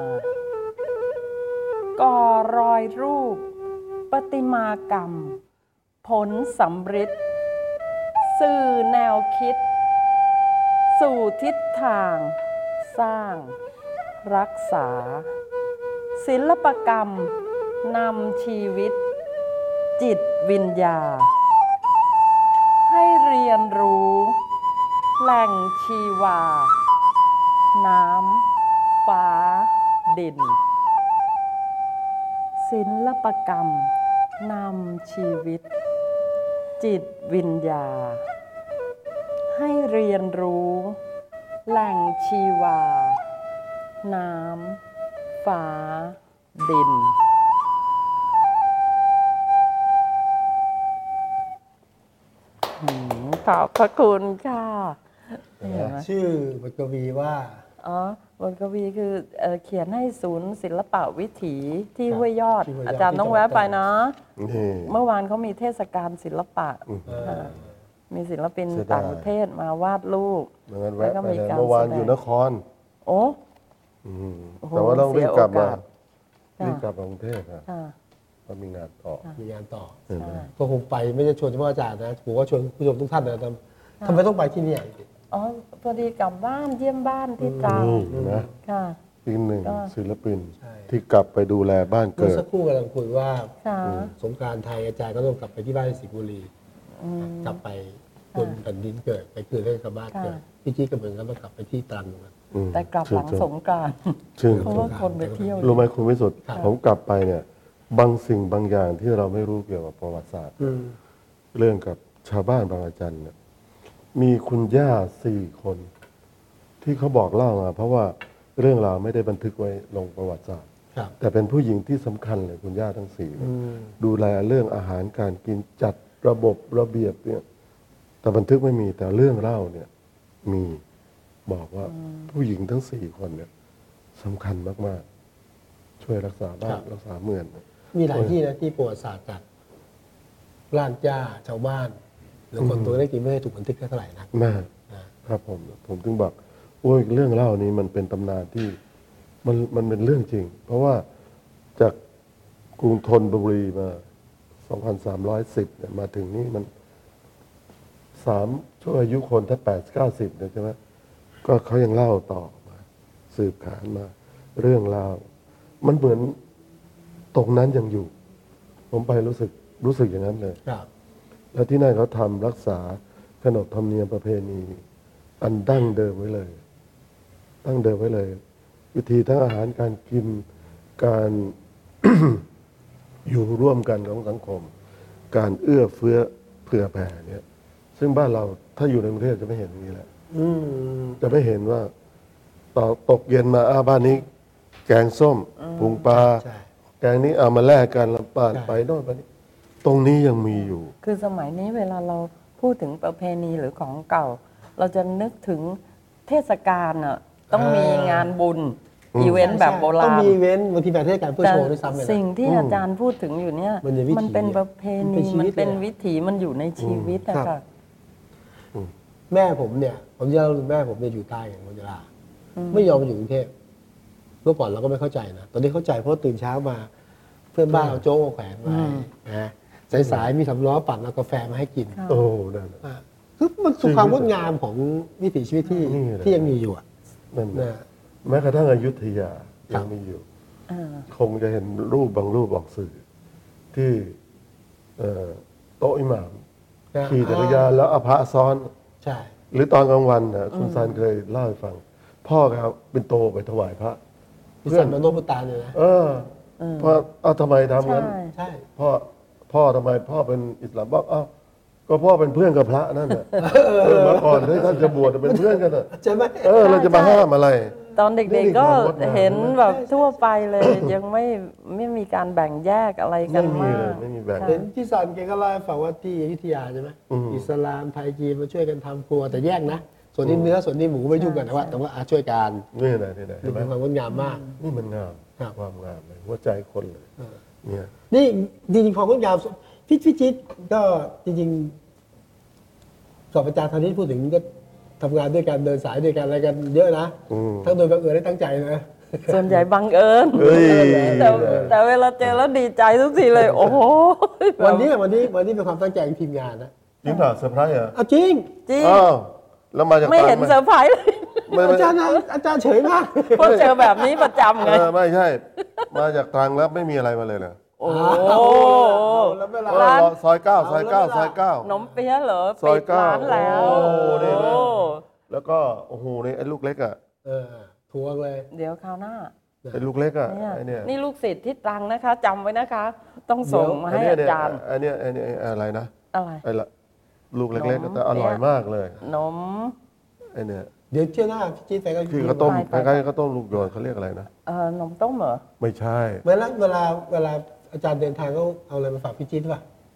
ก่อรอยรูป ประติมากรรม ผลสำริดสื่อแนวคิด สู่ทิศทาง สร้าง รักษา ศิลปกรรม นำชีวิต จิตวิญญาให้เรียนรู้ แหล่งชีวา น้ำ ฟ้า ดิน ศิลปกรรม นำชีวิต จิตวิญญาให้เรียนรู้ แหล่งชีวา น้ำ ฟ้า ดินขอบพระคุณค่ะเห็นไหมชื่อบทกวีว่าอ๋อบทกวีคือเขียนให้ศูนย์ศิลปะวิถีที่ครับห้วยยอดที่ห้วยยอดอาจารย์ต้องแวะไปนะนี่เมื่อวานเขามีเทศกาลศิลปะ มีศิลปินเสียดายต่างประเทศมาวาดรูปไม่งั้นแล้วแวะก็ไปมีเลยการเมื่อวานแสดงอยู่นครโอ้อืมโอ้โหแต่ว่าต้องรีบกลับมาเสียโอกาสรีบกลับมากรุงเทพครับค่ะเพราะมีงานต่อมีงานต่อเห็นไหมใช่ก็คงไปไม่ได้ชวนเฉพาะอาจารย์นะผมก็ชวนผู้ชมทุกท่านนะทำไมต้องไปที่นี่อ๋อพอดีกลับบ้านเยี่ยมบ้านที่ตรังนี่นะค่ะอีกหนึ่งก็ศิลปินใช่ที่กลับไปดูแลบ้านเมื่อเกิดสักครู่กำลังคุยว่าค่ะสงกรานต์ไทยอาจารย์ก็ต้องกลับไปที่บ้านสิงห์บุรีกลับไปบนแผ่นดินเกิดไปคืนให้กับบ้านเกิดพี่จี้กับเหมือนกันต้องกลับไปที่ตรังนะอืมแต่กลับหลังสงกรานต์ชื่นเพราะว่าคนไปเที่ยวรู้ไหมคุณวิสุทธิ์ครับผมกลับไปเนี่ย บางสิ่งบางอย่างที่เราไม่รู้เกี่ยวกับประวัติศาสตร์ เรื่องกับชาวบ้านบางอาจารย์เนี่ยมีคุณย่า4 คน ที่เขาบอกเล่ามาเพราะว่าเรื่องราวไม่ได้บันทึกไว้ลงประวัติศาสตร์ครับแต่เป็นผู้หญิงที่สำคัญเลยคุณย่าทั้ง4เนี่ยดูแลเรื่องอาหารการกินจัดระบบระเบียบเนี่ยแต่บันทึกไม่มีแต่เรื่องเล่าเนี่ยมีบอกว่าผู้หญิงทั้ง4 คนเนี่ยสำคัญมากๆ ช่วยรักษาบ้านรักษาเมืองมีหลายที่นะที่ประวัติศาสตร์จากร่างจ้าชาวบ้านหรือคนตัวเล็กที่ไม่ได้ถูกบันทึกเท่าไหร่นะมากครับผมถึงบอกโอ้ยเรื่องเล่านี้มันเป็นตำนานที่มันเป็นเรื่องจริง เพราะว่าจากกรุงธนบุรีมา 2,310 เนี่ยมาถึงนี่มันช่วงอายุคนถ้า80-90 เนี่ยใช่ไหมก็เขายังเล่าต่อมาสืบขานมา เรื่องเล่ามันเหมือนตรงนั้นยังอยู่ ผมไปรู้สึกอย่างนั้นเลยครับแล้วที่นั่นเขาทำรักษาขนบธรรมเนียมประเพณีอันดั้งเดิมไว้เลยตั้งเดิมไว้เลย วิธีทั้งอาหารการกินการ อยู่ร่วมกันของสังคม การเอื้อเฟื้อเผื่อแผ่เนี่ยซึ่งบ้านเราถ้าอยู่ในกรุงเทพจะไม่เห็นอย่างนี้แหละจะไม่เห็นว่าตกเย็นมาบ้านนี้ แกงส้มพุงปลาใช่แกงนี้เอามาแลกกันแล้วป้าไปโน่นไปนี่ตรงนี้ยังมีอยู่คือสมัยนี้เวลาเราพูดถึงประเพณีหรือของเก่า เราจะนึกถึงเทศกาลอ่ะต้องมีงานบุญอีเวนต์แบบโบราต้องณมีอีเวนต์บางทีแบบเทศกาลเพื่อแต่โชว์ด้วยซ้ำเลยนะสิ่งที่อาจารย์พูดถึงอยู่เนี่ยมันเป็นวิถีมันเป็นประเพมันเป็ณีนชีวิตมันเป็นเลยวิถีมันอยู่ในชีวิตนะครัคะบ แม่ผมเนี่ยผมจะเล่าแม่ผมเนี่ยอยู่ใต้อย่างมัจจุราไม่ยอมมาอยู่กรุงเทพเมื่อก่อนเราก็ไม่เข้าใจนะตอนนี้เข้าใจเพราะตื่นเช้ามา เพื่อนบ้านเอาโจ๊กมาแขวนไว้นะสายๆมีสำล้อปั่นเอากาแฟมาให้กินโอ้นั่นน่ะคือมันสุดความงดงามของวิถีชีวิตที่นี่แหละที่ยังมีอยู่อะนั่นน่ะนะแม้กระทั่งอยุธยาครัยับงมีอยู่อ่าคงจะเห็นรูปบางรูปออกสื่อ ที่โต๊ะอิหม่ามขี่จักรยานแล้วเอาพระซ้อนใช่หรือตอนกลางวันนะคุณซันเคยเล่าให้ฟัง พ่อครับเป็นโตไปถวายพระพิสันมโนพุตตาเนี่ยนะพ่อเอาทำไมทำงั้นใช่ใช่พ่อทำไมพ่อเป็นอิสลามบอกเอ้าก็พ่อเป็นเพื่อนกับพระนั่นน่ะเมื่อก่อนที่ท่านจะบวชเป็นเพื่อนกันน่ะใช่ไหมเราจะมาห้ามอะไรตอนเด็กนี่ๆก็ความงดงามเห็นแบบทั่วไปเลย ยังไม่มีการแบ่งแยกอะไรกันไม่มีมาเลยกไม่มีแบ่งใช่เห็นพี่สันแกก็เล่าให้ฟังว่าที่อยุธยาใช่ไหมอิสลามไทยจีนมาช่วยกันทำครัวแต่แยกนะ ส่วนนี้เนื้อส่วนนี้หมูไม่ยุ่งกันแต่ว่าช่วยกันนี่ไหนนี่ไหนนี่เห็นไหมเป็นความงดงามมากนี่มันงามครับความงามเลยหัวใจคนเลยเนี่ยนี่จริงๆความงดงามพี่จิตก็จริงๆสอบอาจารย์ทางนี้พูดถึงก็ทำงานด้วยกันเดินสายด้วยกันอะไรกันเยอะนะทั้งโดยบังเอิญและตั้งใจนะส่วนใหญ่บังเอิญเฮ้ยแต่เวลาเจอแล้วดีใจทุกทีเลย โอ้โหวันนี้เป็นความตั้งใจของทีมงานนะจริงเปล่าเซอร์ไพรส์เหรอเอาจริงจริงอ้าวแล้วมาจากไม่เห็นต่างเซอร์ไพรส์เลยไม่อาจารย์เฉยมากเพราะเจอแบบนี้ประจำไงไม่ใช่ มาจากตรังแล้วไม่มีอะไรมาเลยเหรอโอ้โหแล้วเวลาร้านซอยเก้าซอยเก้าซอยเก้าขนมเปี๊ยะเหรอซอยปิดเก้าร้านแล้วโอ้โหนี่นะโอ้แล้วก็โอ้โหนี่ไอ้ลูกเล็กอ่ะทวงเลยเดี๋ยวคราวหน้าไอ้ลูกเล็กอ่ะเนี่ยไอ้เนี่ยนี่ลูกศิษย์ที่ตรังนะคะจำไว้นะคะ ต้องส่งมาให้อาจารย์ไอ้เนี่ยอะไรนะอะไรไอ้ละลูกเล็กๆแต่อร่อยมากเลยนมไอ้เนี่ยเดี๋ยวเที่ยวหน้าพี่จิ๊ดไปก็ที่ข้าวต้มไปคล้ายๆข้าวต้มลูกโยนเขาเรียกอะไรนะนมต้มเหรอไม่ใช่เวลาอาจารย์เดินทางเขาเอาอะไรมาฝากพี่จิ๊ดป่ะ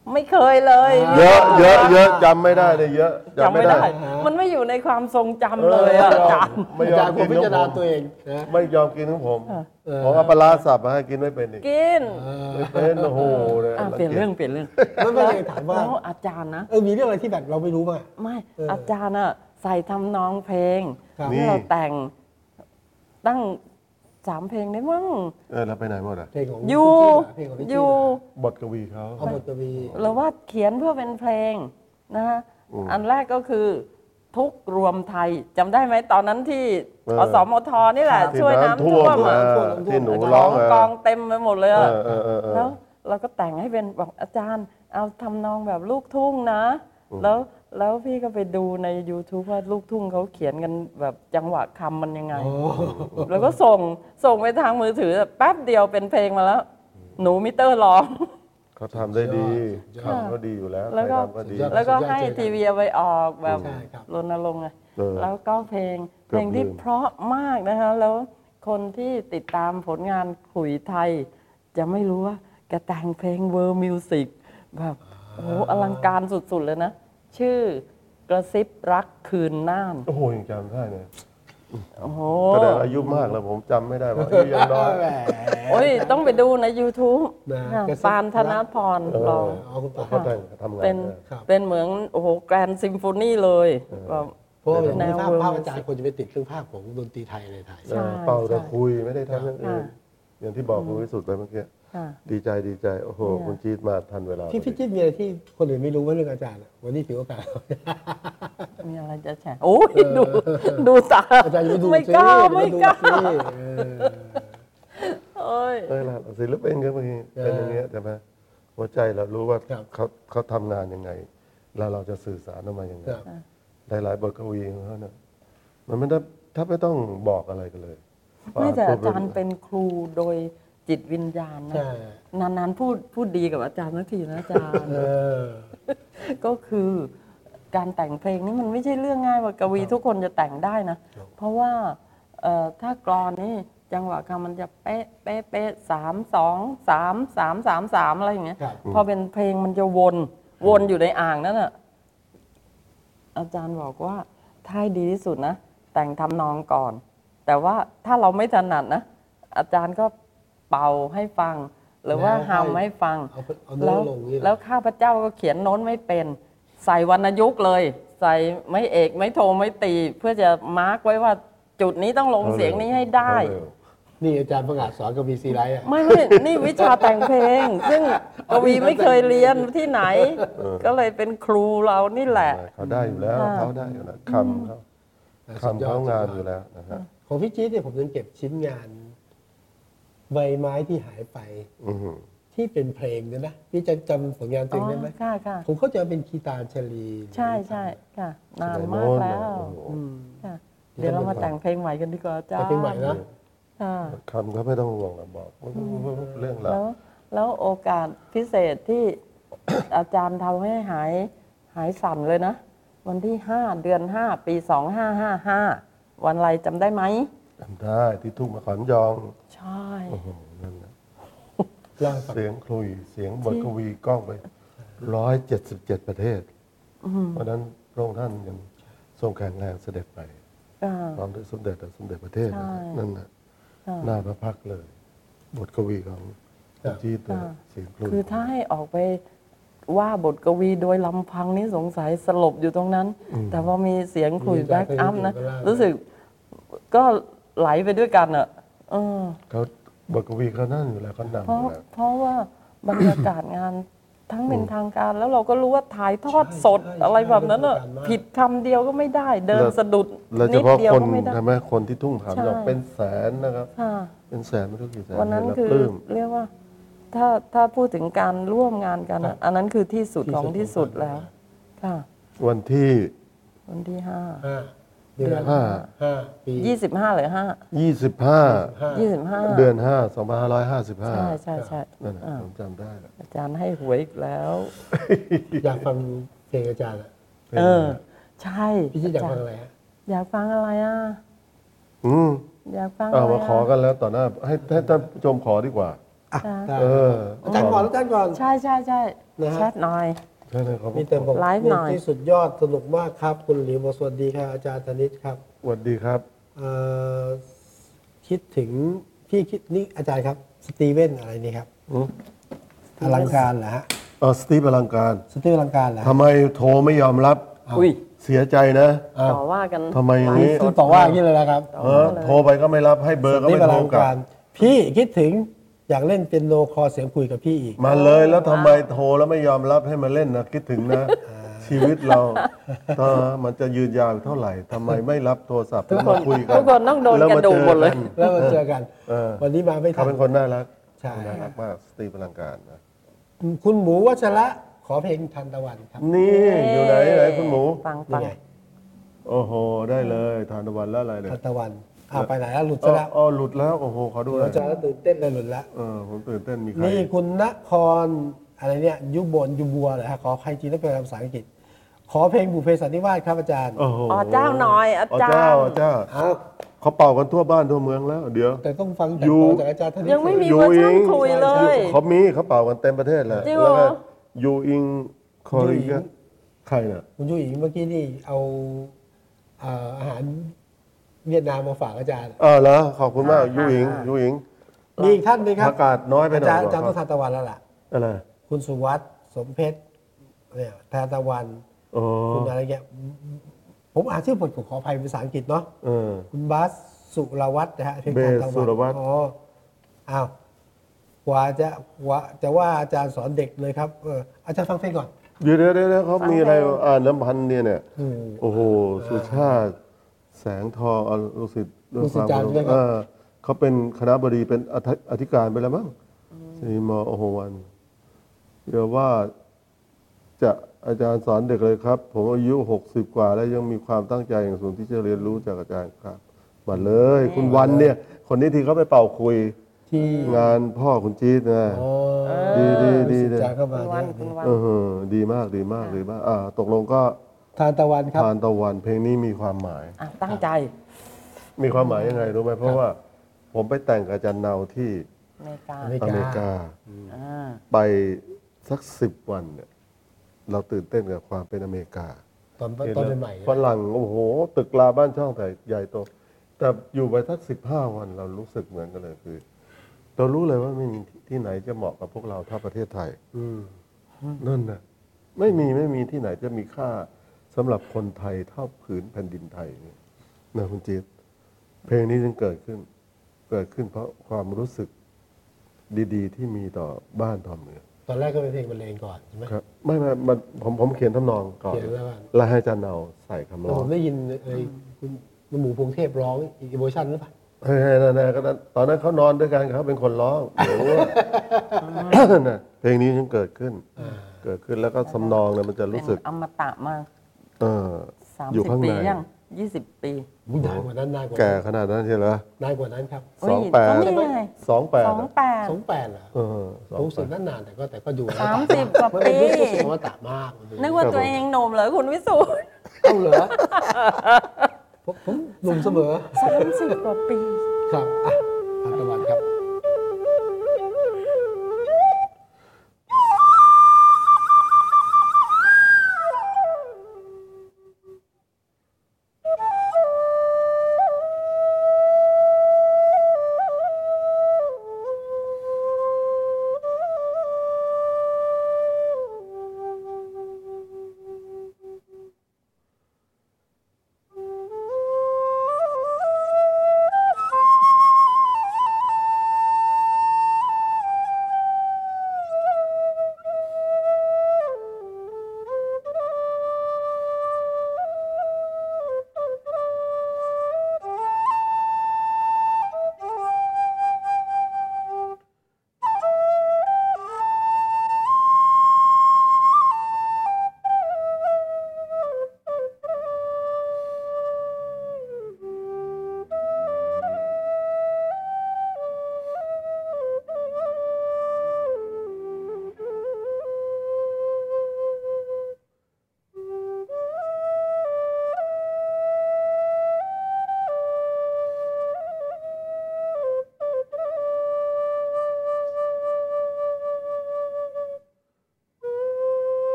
ไม่เคยเลยเยอะจำไม่ได้เลยเยอะจำไม่ได้มันไม่อยู่ในความทรงจำเลยอะอาจารย์ไม่อายอจาม รย์ผกิมนพิของจารผณาม ตัวเองนะไม่ยอมกินของผมของอัปปะลาสับมาให้กินไม่เป็นอีกกินไม่เป็นโอ้โหเนี่ยเปลี่ยนเรื่องไม่เลยถามว่าแล้วอาจารย์นะมีเรื่องอะไรที่แบบเราไม่รู้บ้างไม่อาจารย์อะใส่ทำนองเพลงครับที่เราแต่งตั้ง3 เพลงได้มั้งแล้วไปไหนหมดอ่ะเพลงของอยู่เพลงของพี่อจี้ยู่บทกวีเขาเอาบทกวีหรือว่าเขียนเพื่อเป็นเพลงนะฮะ อันแรกก็คือทุกข์รวมไทยจำได้ไหมตอนนั้นที่อสมทนี่แหละ ช่วยน้ำท่วมที่หนูขร้ออง งกองเต็มไปหมดเลยอะ แล้วเราก็แต่งให้เป็นบอกอาจารย์เอาทำนองแบบลูกทุ่งนะ แล้วพี่ก็ไปดูใน YouTube ว่าลูกทุ่งเขาเขียนกันแบบจังหวะคำมันยังไง แล้วก็ส่งไปทางมือถือแป๊บเดียวเป็นเพลงมาแล้ว หนูมิเตอร์ร้องเขาทำได้ดีคำเขาดีอยู่แล้วแล้วก็ใครทำก็ดีแล้วก็ให้ทีวีเอาไปออกแบบใช่ครับรณรงค์ไงเออแล้วก็เพลงเกือบที่ลืมเพราะมากนะคะ แล้วคนที่ติดตามผลงานขุยไทย จะไม่รู้ว่าแกแต่งเพลงเวิร์มิวสิกแบบโอ้โหอลังการสุดๆเลยนะ ชื่อกระซิบรักคืนน่านโอ้โหยังจำได้เนี่ยโอ้โหแสดงอายุมากแล้วผมจำไม่ได้ว่าอายุยังน้อยแหมโอ้ยต้องไปดูใน YouTube นะค่ะกระซิบปานธนพรร้องเอาคุณต่อเขาแต่งทำงานเป็นเนี่ยครับเป็นเหมือนโอ้โหแกรนด์ซิมโฟนีเลยแบบเพราะว่าอย่างแนนี้วภาพเวิร์ภาพมิวอาจารสิย์กควรจะไปติดเครื่องภาพของดนตรีไทยในไทยใช่เป่าแต่คุยไม่ได้ทำอย่างอื่นค่ะอย่างที่บอกคุณวิสุทธิ์ไปเมื่อกี้ค่ะดีใจโอ้โหเนี่ยคุณจี๊ดมาทันเวลาพี่จิ๊ดมีอะไรที่คนอื่นไม่รู้ว่าเรื่องอาจารย์อะวันนี้ถือโอกาสมีอะไรจะแชร์โอ้ยดูตาอาจารย์อย่าดูไม่กล้าสิไม่กล้าอย่ดูสิโอ้ยล่ะศิลปินก็เป็นอย่างเงี้ยใช่ไหมหัวใจเรารู้ว่าครับเขาทำงานยังไง แล้วเราจะสื่อสารออกมายังไงครับหลายๆบทกวีของเขาเนี่ยมันไม่ได้ถ้าไม่ต้องบอกอะไรกันเลยไม่แต่อาปุ๊บจารย์เป็นครูโดยจิตวิญญาณนะใช่นานๆพูดดีกับอาจารย์สักทีนะอาจารย์เออก็คือการแต่งเพลงนี่มันไม่ใช่เรื่องง่ายว่ากวีทุกคนจะแต่งได้นะ เพราะว่าถ้ากลอนนี่จังหวะคำมันจะเป๊ะเป๊ะเป๊ะ3 2 3 3 3 3อะไรอย่างเงี้ยครับพอเป็นเพลงมันจะวนอยู่ในอ่างนั่นน่ะอาจารย์บอกว่าถ้าให้ดีที่สุดนะ แต่งทำนองก่อน แต่ว่าถ้าเราไม่ถนัดนะ อาจารย์ก็เป่าให้ฟัง หรือว่าฮัมให้ฟังเอาเนื้อลงนี่แหละแล้วข้าพเจ้าก็เขียนโน้ตไม่เป็น ใส่วรรณยุกต์เลย ใส่ไม่เอกไม่โทไม่ตี เพื่อจะมาร์กไว้ว่าจุดนี้ต้องลงเสียงนี้ให้ได้นี่อาจารย์ประกาศสอนกวีซีไรต์อะไม่นี่วิชาแต่งเพลง ซึ่งกวีไม่เคยเรียนที่ไหน ก็เลยเป็นครูเรานี่แหละเขาได้อยู่แล้วค่ะเขาได้อยู่แล้วคำเขางานอยู่แล้วนะฮะของพี่จี๊ดเนี่ยผมยังเก็บชิ้นงาน ใบไม้ที่หายไปอือหือที่เป็นเพลงเนี่ยนะพี่จะจำผลงานตัวเองได้ไหมค่ะค่ะผมเข้าใจเป็นคีตาชลีใช่ค่ะ นานมากแล้วค่ะเดี๋ยวเรามาแต่งเพลงใหม่กันดีกว่าอาจารแต่ย์เพลงใหม่นะค่ะคำเขาไม่ต้องห่วงหรอกบอกเรื่องเราแล้วโอกาสพิเศษที่ อาจารย์ทำให้หายสั่นเลยนะ วันที่ 5 เดือน 5 ปี 2555 วันอะไรจำได้ไหมจำได้ที่ทุ่งมะขอนยองใช่โอ้โหนั่นนะเล่าให้ฟังเสียงคลุยเสียงบทกวีกล้องไป177 ประเทศ เพราะฉะนั้นพระองค์ท่านยังทรงแข็งแรงเสด็จไปอ่าพร้อมด้วยสมเด็จแต่สมเด็จประเทศใช่นั่นน่ะค่ะหน้าพระพักตร์เลย บทกวีของคุณจี๊ดเลยค่ะเสียงคลุยคือถ้าให้ออกไปว่าบทกวีโดยลำพังนี่สงสัยสลบอยู่ตรงนั้น แต่พอมีเสียงขลุ่ยแบ็กอัพนะ รู้สึกก็ไหลไปด้วยกันอ่ะเออเขาบทกวีเขานั่นอยู่แล้วเขานำเพอราะยู่แล้วเพราะว่าบรรยากาศงานทั้งเป็นทางการ แล้วเราก็รู้ว่าถ่ายทอดสดอะไรแบบนั้นอ่ะผิดคำเดียวก็ไม่ได้ เดินสะดุดแล้วเฉนิดพาะเดียวคนก็ไม่ได้ใช่ไหมคนที่ทุ่งถามใช่ยองเป็นแสนนะครับค่ะเป็นแสนไม่รู้กี่แสนวันนั้นเห็คือแล้วปลื้มเรียกว่า ถ้าพูดถึงการร่วมงานกันอะอันนั้นคือที่สุดของที่สุดแล้ว ค่ะวันที่วันที่เดือนห้า 5 ปี 5 25หรือ 25 25 เดือน 5 2555 ใช่นั่นน่ะผมจำได้แล้วอาจารย์ให้หวยอีกแล้วอยากฟังเพลงอาจารย์อะเออ ใช่พี่จี๊ดอยากฟังอะไรฮะอยากฟังอะไรอ่ะอืมอยากฟังเอาอะไรมาขอกันแล้วต่อหน้าให้ท่านผู้ชมขอดีกว่าอ่ะจ้ะได้ออาจารย์ก่อนอาจารย์ก่อนใช่ใช่ใช่นะฮะแชทหน่อยใช่เลยครับมีแต่บอกไลฟ์หน่อยที่สุดยอดสนุกมากครับ คุณหลิวบอกสวัสดีครับอาจารย์ธนิตครับสวัสดีครับเอ่อคิดถึงพี่คิดนี่อาจารย์ครับสตีเวนอะไรนี่ครับอืมอลังการเหรอฮะสตีฟอลังการสตีเวนอลังการเหรอฮะทำไมโทรไม่ยอมรับอุ้ยเสียใจนะอ้าวต่อว่ากันทำไมอย่างนี้ไลฟ์สซึ่งดต่อว่าอย่างนี้เลยนะครับโทรไปก็ไม่รับให้เบอร์ก็สตีไม่เวนอโทรลังกลัการบพี่คิดถึงอยากเล่นเป็นโนคอเสียงคุยกับพี่อีกมาเลยแล้วทำไมโทรแล้วไม่ยอมรับให้มาเล่นนะคิดถึงนะ ชีวิตเรามันจะยืนยาวเท่าไหร่ทำไมไม่รับโทรศัพท์แล้วมาคุยกันทุกคนต้องโดนแล้วกมาระดูกหมดเลยแล้วมาเจอกันเออวันนี้มาไม่ทัเขานเป็นคนน่ารักใช่น่ารักมากสตีฟอลังการนะคุณหมูวัชระขอเพลงทันตะวันครับนี่อยู่ไหนคุณหมูฟังนี่ไงโอ้โหได้เลยทานตะวันแล้วอะไรเนี่ยทันตะวันอ้าวไปไหนแล้วหลุดซะแล้วอ๋อหลุดแล้วโอ้โหขอดูหน่เราอยจะตื่นเต้นเลยหลุดแล้วผมตื่นเต้นมีใครนี่คุณนครอะไรเนี่ยยุบนยุบัวเหรอฮะขอใครจีนแล้วเป็นภาษาอังกฤษ ขอเพลงบุพเพสันนิวาสครับอาจารย์โอ้โหอ๋อเจ้าหน่อยอาจารย์เจ้าอ้าวเขาเป่ากันทั่วบ้านทั่วเมืองแล้ว เดี๋ยวแต่ต้องฟังอยู่จากอาจารย์ท่านนี้ยังไม่มีอยู่เวอร์ชันอีกคุยเลยเขาเป่ากันเต็มประเทศเลยจริงเหรอแล้วก็ยูอิงคอริกะใครน่ะคุณยูอิงเมื่อกี้นี่เอาอาหารเวียดนามมาฝากอาจารย์เหรอขอบคุณมากยูอิงมีอีกท่านหนึงครับอากาศน้อยไปหน่อยอาจารย์ต้องทันตะวันแล้วล่ะอะไรคุณสุวัสด์สมเพชรเนี่ยทันตะวันโอ้คุณอะไรเงี้ยผมอ่านชื่อผมขออภัยเป็นภาษาอังกฤษเนาะเออคุณบาสสุรวัตรนะฮะเพลงเบสทานตะสุรวัตรอ๋ออ้าวกว่าจะว่าอาจารย์สอนเด็กเลยครับอาจารย์ฟังเพลงก่อนเดี๋ยวเขามีอะไรอ่านน้ำพันธ์เนี่ยอืมโอ้โห สุชาติ แสงทองลูกศิษย์ด้วยลูกศิษย์อาจารย์ควมใช่ไหมครับเขาเป็นคณะบดีเป็นอธิการไปแล้วมั้งสีมโอโหวันเดี๋ยวว่าจะอาจารย์สอนเด็กเลยครับ ผมอายุ60 กว่า แล้วยังมีความตั้งใจอย่างสูงที่จะเรียนรู้จากอาจารย์ครับมาเลย คุณวันเนี่ย คนนี้ที่เขาไปเป่าคุยที่งานพ่อคุณจี๊ดนะอ๋อดีลูกศิษย์อาจารย์เข้าคุมาณวันเนี่ยคุณวันดีมากตกลงก็ทานตะวันครับทานตะวันเพลงนี้มีความหมายอ่ะตั้งใจมีความหมายยังไงรู้ไหมเพราะว่าผมไปแต่งกับอาจารย์เนาที่อเมริกาอเมริอเมริกาอ่าไปสัก10 วันเนี่ยเราตื่นเต้นกับความเป็นอเมริกาตอนใหม่ๆฝรั่งโอ้โห ตึกลาบ้านช่องแต่ใหญ่โตแต่อยู่ไปสัก15 วันเรารู้สึกเหมือนกันเลยคือ เรารู้เลยว่าไม่มีที่ไหนจะเหมาะกับพวกเราเท่าประเทศไทยอืมนั่นนะไม่มีที่ไหนจะมีค่าสำหรับคนไทยเท่าผืนแผ่นดินไทยเนี่ยนะคุณจี๊ดเพลงนี้จึงเกิดขึ้นเพราะความรู้สึกดีๆ ที่มีต่อบ้านต่อเมืองตอนแรกก็เป็นเพลงบรรเลงก่อนใช่ไหมครับไม่ผมเขียนทำนองก่อนเขียนแล้วกันแล้วให้อาจารย์เนาใส่คำแต่ร้อผงมได้ยินคุณหมูพงเทพร้องอีกเวอร์ชันหรือเปล่าเฮ้ยนั่นก็ตอนนั้นเขานอนด้วยกันเขาเป็นคนร้องโอ้โหน่ะเพลงนี้จึงเกิดขึ้นแล้วก็สำนองเนี่ยมันจะเป็นรู้สึกอมตะมาอยู่ข้าง 30 ปีในยัง20 ปีนานกว่านั้นนานกว่าแก่นั้นขนาดนั้นใช่เหรอนานกว่านั้นครับเฮ้ย 28 ก็นี่ไง 28 28 28เหรอผมรู้สึกนานๆแต่ก็อยู่ 30 กว่าปีไม่ใช่อมตะมากนึกว่าตัวเองยังหนุ่มเหรอคุณวิสุทธิ์เอ้าเหรอผมหนุ่มเสมอ 30 กว่าปีครับทานตะวันครับ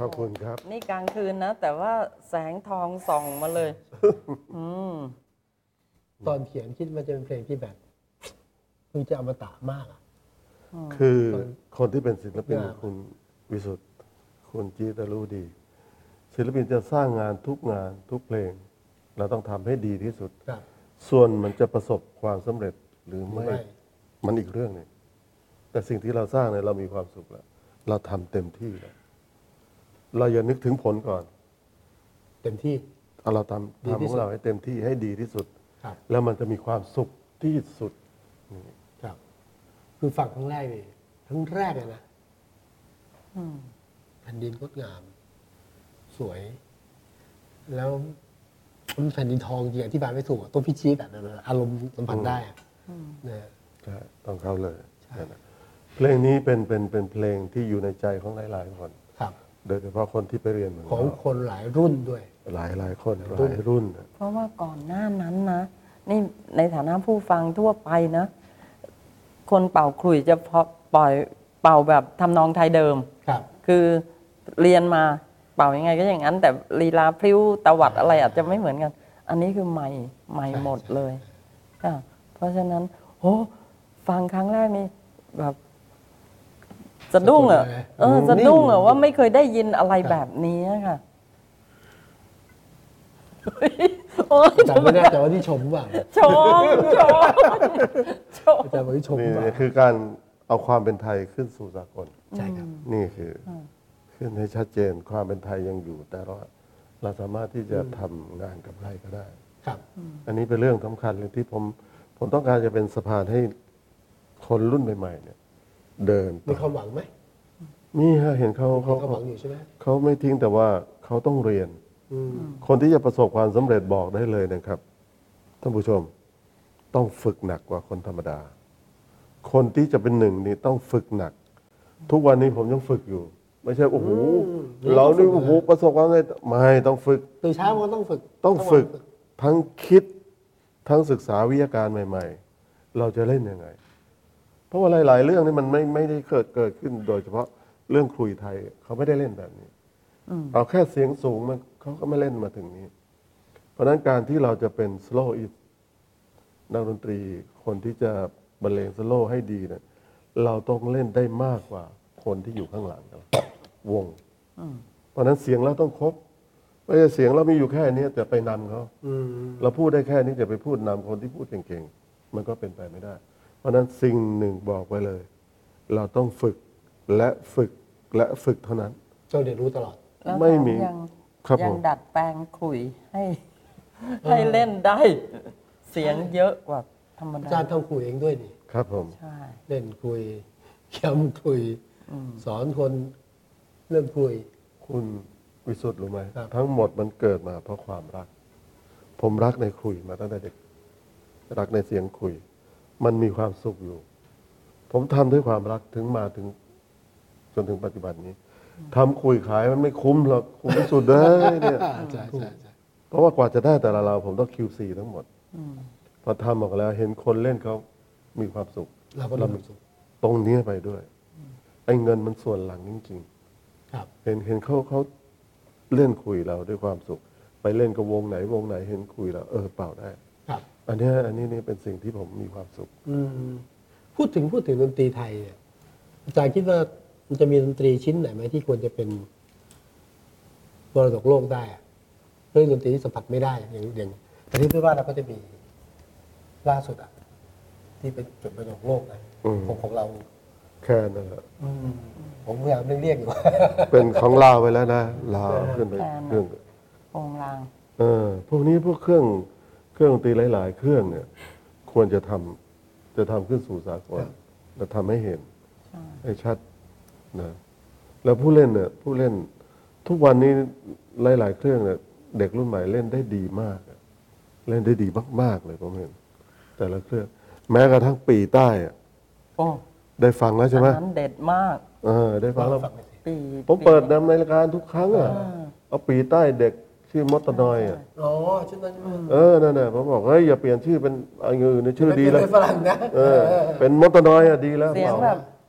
ขอบคุณครับนี่กลางคืนนะ แต่ว่าแสงทองส่องมาเลยตอนเขียนคิดว่าจะเป็นเพลงที่แบบคือจะอมตะมากอะคือคนที่เป็นศิลปินครับคุณวิสุทธ์คุณจีตรู้ดี ศิลปินจะสร้างงานทุกงานทุกเพลง เราต้องทำให้ดีที่สุดครับส่วนมันจะประสบความสำเร็จหรือไม่ไม่มันอีกเรื่องหนึ่งแต่สิ่งที่เราสร้างเนี่ยเรามีความสุขแล้ว เราทำเต็มที่แล้วเราอย่านึกถึงผลก่อนเต็มที่เอาเราทดีำที่ขสุองดเราให้เต็มที่ให้ดีที่สุดครับแล้วมันจะมีความสุขที่สุดครับ คือฟังครั้งแรกนี่ครั้งแรกเลยนะแผ่นดินงดงาม สวย แล้วมันแผ่นดินทองจริงอธิบายไม่ถูกอะต้องพิชิตอะอารมณ์สัมผัสได้อะนะใช่ต้องเข้าเลยใช่นะเพลงนี้เป็นเพลงที่อยู่ในใจของหลายๆคนครับโดยเฉพาะคนที่ไปเรียนเหมือนของคนหลายรุ่นด้วยหลายคนหลายรุ่นเพราะว่าก่อนหน้านั้นนะ นี่ในฐานะผู้ฟังทั่วไปนะ คนเป่าขลุ่ยจะปล่อยเป่าแบบทำนองไทยเดิมครับคือเรียนมาเป่ายังไงก็อย่างนั้น แต่ลีลาพริ้วตวัดอะไรอาจจะไม่เหมือนกัน อันนี้คือใหม่หมดเลยค่ะเพราะฉะนั้นโอ้ฟังครั้งแรกนี่แบบสะดุ้งอ่ะสะดุ้งอ่ะว่าไม่เคยได้ยินอะไรแบบนี้ค่ะโอ๊ยแต่ไม่แน่ใจว่าที่ชมหรือเปล่าชมอาจารย์บอกที่ชมหนี่รือเปล่าคือการเอาความเป็นไทยขึ้นสู่สากลใช่ครับนี่คือขึ้นให้ชัดเจนความเป็นไทยยังอยู่ แต่เราสามารถที่จะทำงานกับใครก็ได้ครับอันนี้เป็นเรื่องสำคัญเลยที่ผมต้องการจะเป็นสะพานให้คนรุ่นใหม่ๆเนี่ย เดินมีความหวังไหมมีฮะเห็นเขามีความหวังอยู่ใช่ไหมเขาไม่ทิ้งแต่ว่าเขาต้องเรียนอืมคนที่จะประสบความสำเร็จบอกได้เลยนะครับท่านผู้ชมต้องฝึกหนักกว่าคนธรรมดา คนที่จะเป็นหนึ่งนี่ต้องฝึกหนัก ทุกวันนี้ผมยังฝึกอยู่ ไม่ใช่โอ้โหเรานี่โอ้โหประสบความสำเร็จไม่ต้องฝึกตื่นเช้ามันก็ต้องฝึกต้องฝึกทั้งคิดทั้งศึกษาวิทยาการใหม่ ๆ เราจะเล่นยังไง เพราะว่าหลาย ๆ เรื่องนี่มันไม่ได้เกิดขึ้นโดยเฉพาะเรื่องคุยไทยเขาไม่ได้เล่นแบบนี้เอาแค่เสียงสูงมันเขาก็ไม่เล่นมาถึงนี้ เพราะฉะนั้นการที่เราจะเป็นสโลว์อิทนักดนตรีคนที่จะบรรเลงสโลว์ให้ดีเนี่ยเราต้องเล่นได้มากกว่าคนที่อยู่ข้างหลังเราวงเพราะฉะนั้นเสียงเราต้องครบไม่ใช่เสียงเรามีอยู่แค่นี้แต่ไปนำเขาอืมเราพูดได้แค่นี้จะไปพูดนำคนที่พูดเก่งๆ มันก็เป็นไปไม่ได้ เพราะฉะนั้นสิ่งหนึ่งบอกไว้เลย เราต้องฝึกและฝึกและฝึกเท่านั้นเจ้าเรียนรู้ตลอดแล้วไม่มียังครับยัผงมดัดแปลงขลุ่ยให้เล่นได้ เสียงเยอะกว่าธรรมอาดาจารย์ทำคุยเองด้วยนี่ครับผมใช่เล่นคุยย้ำคุย สอนคนเรื่องคุยคุณวิสุทธ์รู้ไหมครับทั้งหมดมันเกิดมาเพราะความรัก ผมรักในคุยมาตั้งแต่เด็ก รักในเสียงคุย มันมีความสุขอยู่ ผมทำด้วยความรักถึงมาถึงจนถึงปัจจุบันนี้ทำคุยขายมันไม่คุ้มหรอกคุณวิสุทธ์เลยเนี่ยใช่ใช่ใช่เพราะว่ากว่าจะได้แต่ละเราผมต้อง QC ทั้งหมดพอทำออกแล้วเห็นคนเล่นเขามีความสุขเราก็มีความสุขตรงนี้ไปด้วยไอ้เงินมันส่วนหลังจริงครับๆเห็นเขาเล่นคุยเราด้วยความสุข ไปเล่นกับวงไหนเห็นคุยเราเป่าได้ครับอันนี้นี่เป็นสิ่งที่ผมมีความสุขอืมพูดถึงดนตรีไทยเนี่ยอาจารย์คิดว่ามันจะมีดนตรีชิ้นไหนไหมที่ควรจะเป็นมรดกโลกได้อะเรื่องดนตรีที่สัมผัสไม่ได้อย่างแต่ที่พี่ว่าเราก็จะมีล่าสุดอ่ะ ที่เป็นจุดมรดกโลกนะอืมของเราแค่นั้นแหละผมพยายามเรียกอยู่เป็นของลาวไปแล้วนะลาวขึ้นไปเครื่องโปรงลางพวกนี้พวกเครื่องดนตรีหลาย ๆ เครื่องเนี่ย ควรจะทำขึ้นสู่สากลและทำให้เห็นให้ชัดนะแล้วผู้เล่นทุกวันนี้หลาย ๆ เครื่องเนี่ยเด็กรุ่นใหม่เล่นได้ดีมากอะเล่นได้ดีมาก ๆ เลยผมเห็น แต่ละเครื่อง แม้กระทั่งปีใต้อะโอ้ได้ฟังแล้วใช่ไหมอันนั้นเด็ดมากได้ฟังแล้วปีผมเปิดนำในรายการทุกครั้งอ่ะเอาปีใต้เด็กชื่อมดตะนอยอ่ะอ๋อชุดนั้นนั่นน่ะผมบอกเฮ้ยอย่าเปลี่ยนชื่อเป็นอะไรอื่นนะชื่อดีแล้วเป็นฝรั่งนะเป็นมดตะนอยอ่ะดีแล้วเสียงแบบ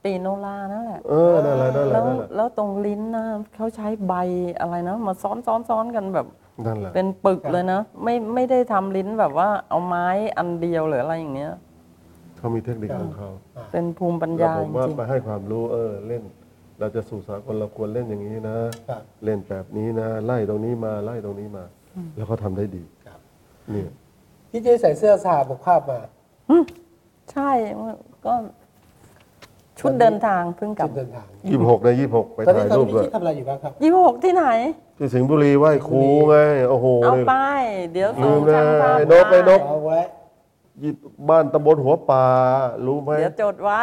ปีโนรานั่นแหละนั่นแหละนั่นแหแล้ละวนั่นแหละแล้วตรงลิ้นนะเขาใช้ใบอะไรนะมาซ้อนกันแบบนั่นแหละเป็นปึกเลยนะไม่ได้ทำลิ้นแบบว่าเอาไม้อันเดียวหรืออะไรอย่างเงี้ยเขามีเทคนิคของเขาเป็นภูมิปัญแล้วญาผจมว่าริงไปให้ความรู้เล่น เราจะสู่สากลเราควรเล่นอย่างนี้นะครับเล่นแบบนี้นะ ไล่ตรงนี้มาไล่ตรงนี้มา แล้วเขาทำได้ดีครับนี่พี่เจใส่เสื้อสหบกภาพมาใช่ก็ชุดเดินทางเพิ่งกลับจุดเดินทาง 26นะ26 ไปตอนนี้ถ่ายตอนรูปนี้ด้วยพี่ทำอะไรอยู่บ้างครับ 26ที่ไหนที่สิงห์บุรีไหว้ครูไง โอ้โหเอานี่ไป เดี๋ยวลืส่งมนะช่างภาพไอ้นกไอ้นกเอาไว้บ้านตำบลหัวป่า รู้ไหมเดี๋ยวจดไว้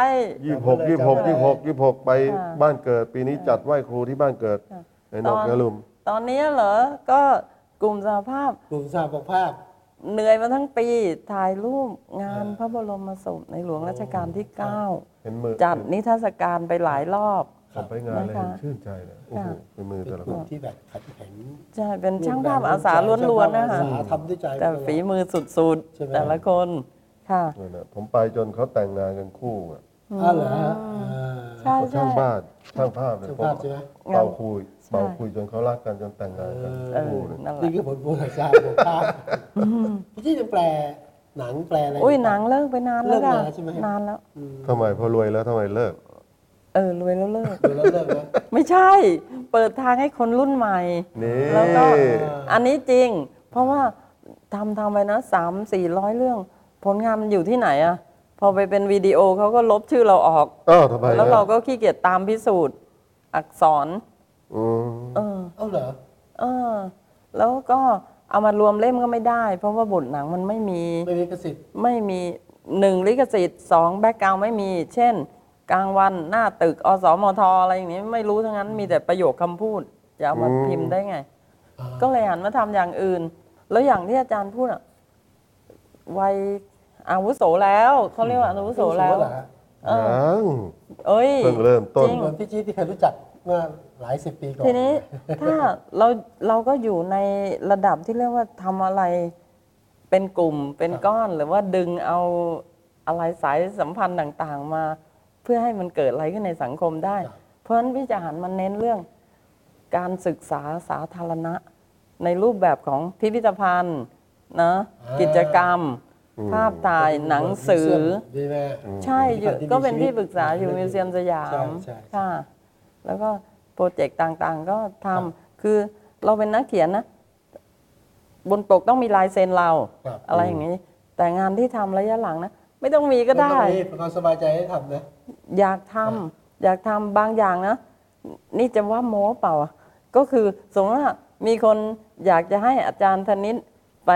26 ไปบ้านเกิด ปีนี้จัดไหว้ครูที่บ้านเกิด ไอ้นกกระลุมตอนนี้เหรอ ก็กลุ่มสหภาพกลุ่มสหบกภาพเหนื่อยมาทั้งปีถ่ายรูปงานพระบรมศพในหลวงรัชกาลที่เห็นมือ 9 จัดนิทรรศการไปหลายรอบผมไปงานเลยนะคะเห็นชื่นใจเลยโอ้โหเป็นมือเป็นแต่ละกคลุ่มนที่แบบขัดแข็งใช่เป็นช่างภาพอาสาล้วนๆนะคะอาสาทำด้วยใจแต่ฝีมือสุดใช่ไหมๆ แต่ละคนค่ะนั่นน่ะผมไปจนเขาแต่งงานกันคู่อ่ะอ้าวเหรอฮะใช่ช่างบ้านช่างภาพเนี่ยช่างผมภาพใช่ไหมเป่าคุยใช่เป่าคุยจนเขารักกันจนแต่งงานกันเออคู่เลยนั่นแหนี่ละคือผลบุญของสหบกภาพพี่ที่จะแปลหนังแปลอะไรอุ้ยหนังเลิกไปนานแล้วเลิค่ะกนานแล้วใช่ไหมนานแล้วทำไมพอรวยแล้วทำไมเลิกรวยแล้วเลิกดูแล้วเลิกนะไม่ใช่ เปิดทางให้คนรุ่นใหม่นี่แล้วก็อันนี้จริง เพราะว่าทำไปนะ300-400 เรื่อง ผลงานมันอยู่ที่ไหนอะพอไปเป็นวิดีโอเขาก็ลบชื่อเราออกอ้าวทำไมแล้วนะเราก็ขี้เกียจตามพิสูจน์อักษรอืมเออเอาเหรอเออ แล้วก็เอามารวมเล่มก็ไม่ได้ เพราะว่าบทหนังมันไม่มีไม่มีประสิทธิ์ไม่มี1ลิขสิทธิ์2แบ็กกราวไม่มี เช่น กลางวันหน้าตึกอสมทอะไรอย่างนี้ไม่รู้ทั้งนั้นมีแต่ประโยคคำพูดจะเอามาพิมพ์ได้ไง ก็เลยหันมาทำอย่างอื่น แล้วอย่างที่อาจารย์พูดอะวัยอาวุโสแล้วเขาเรียกว่าอาวุโสแล้วเหรอฮะยังเอ้ยเพิ่งเริ่มต้นจริงเหมือนพี่จี๊ดที่เคยรู้จักเมื่อหลายสิบปีก่อนทีนี้ถ้าเราก็อยู่ในระดับที่เรียกว่าทำอะไรเป็นกลุ่มเป็นก้อนหรือว่าดึงเอาอะไรสายสัมพันธ์ต่างๆ มา เพื่อให้มันเกิดอะไรขึ้นในสังคมได้ เพราะฉะนั้นพี่จะหันมาเน้นเรื่องการศึกษาสาธารณะ ในรูปแบบของพิพิธภัณฑ์นะกิจกรรม ภาพถ่ายหนังสือดีไหมใช่อยู่ก็เป็นที่ปรึกษาอยู่มิวเซียมสยามใช่ค่ะ แล้วก็โปรเจกต์ต่างๆ ก็ทำคือเราเป็นนักเขียนนะ บนปกต้องมีลายเซ็นเราครับอะไรอย่างนี้ แต่งานที่ทำระยะหลังนะ ไม่ต้องมีก็ได้ม่ต้องมีเป็นความสบายใจให้ทำนะอยากทำอยากทำบางอย่างนะ นี่จะว่าโม้เปล่าอะก็คือสมมติว่ามีคนอยากจะให้อาจารย์ธนิตไป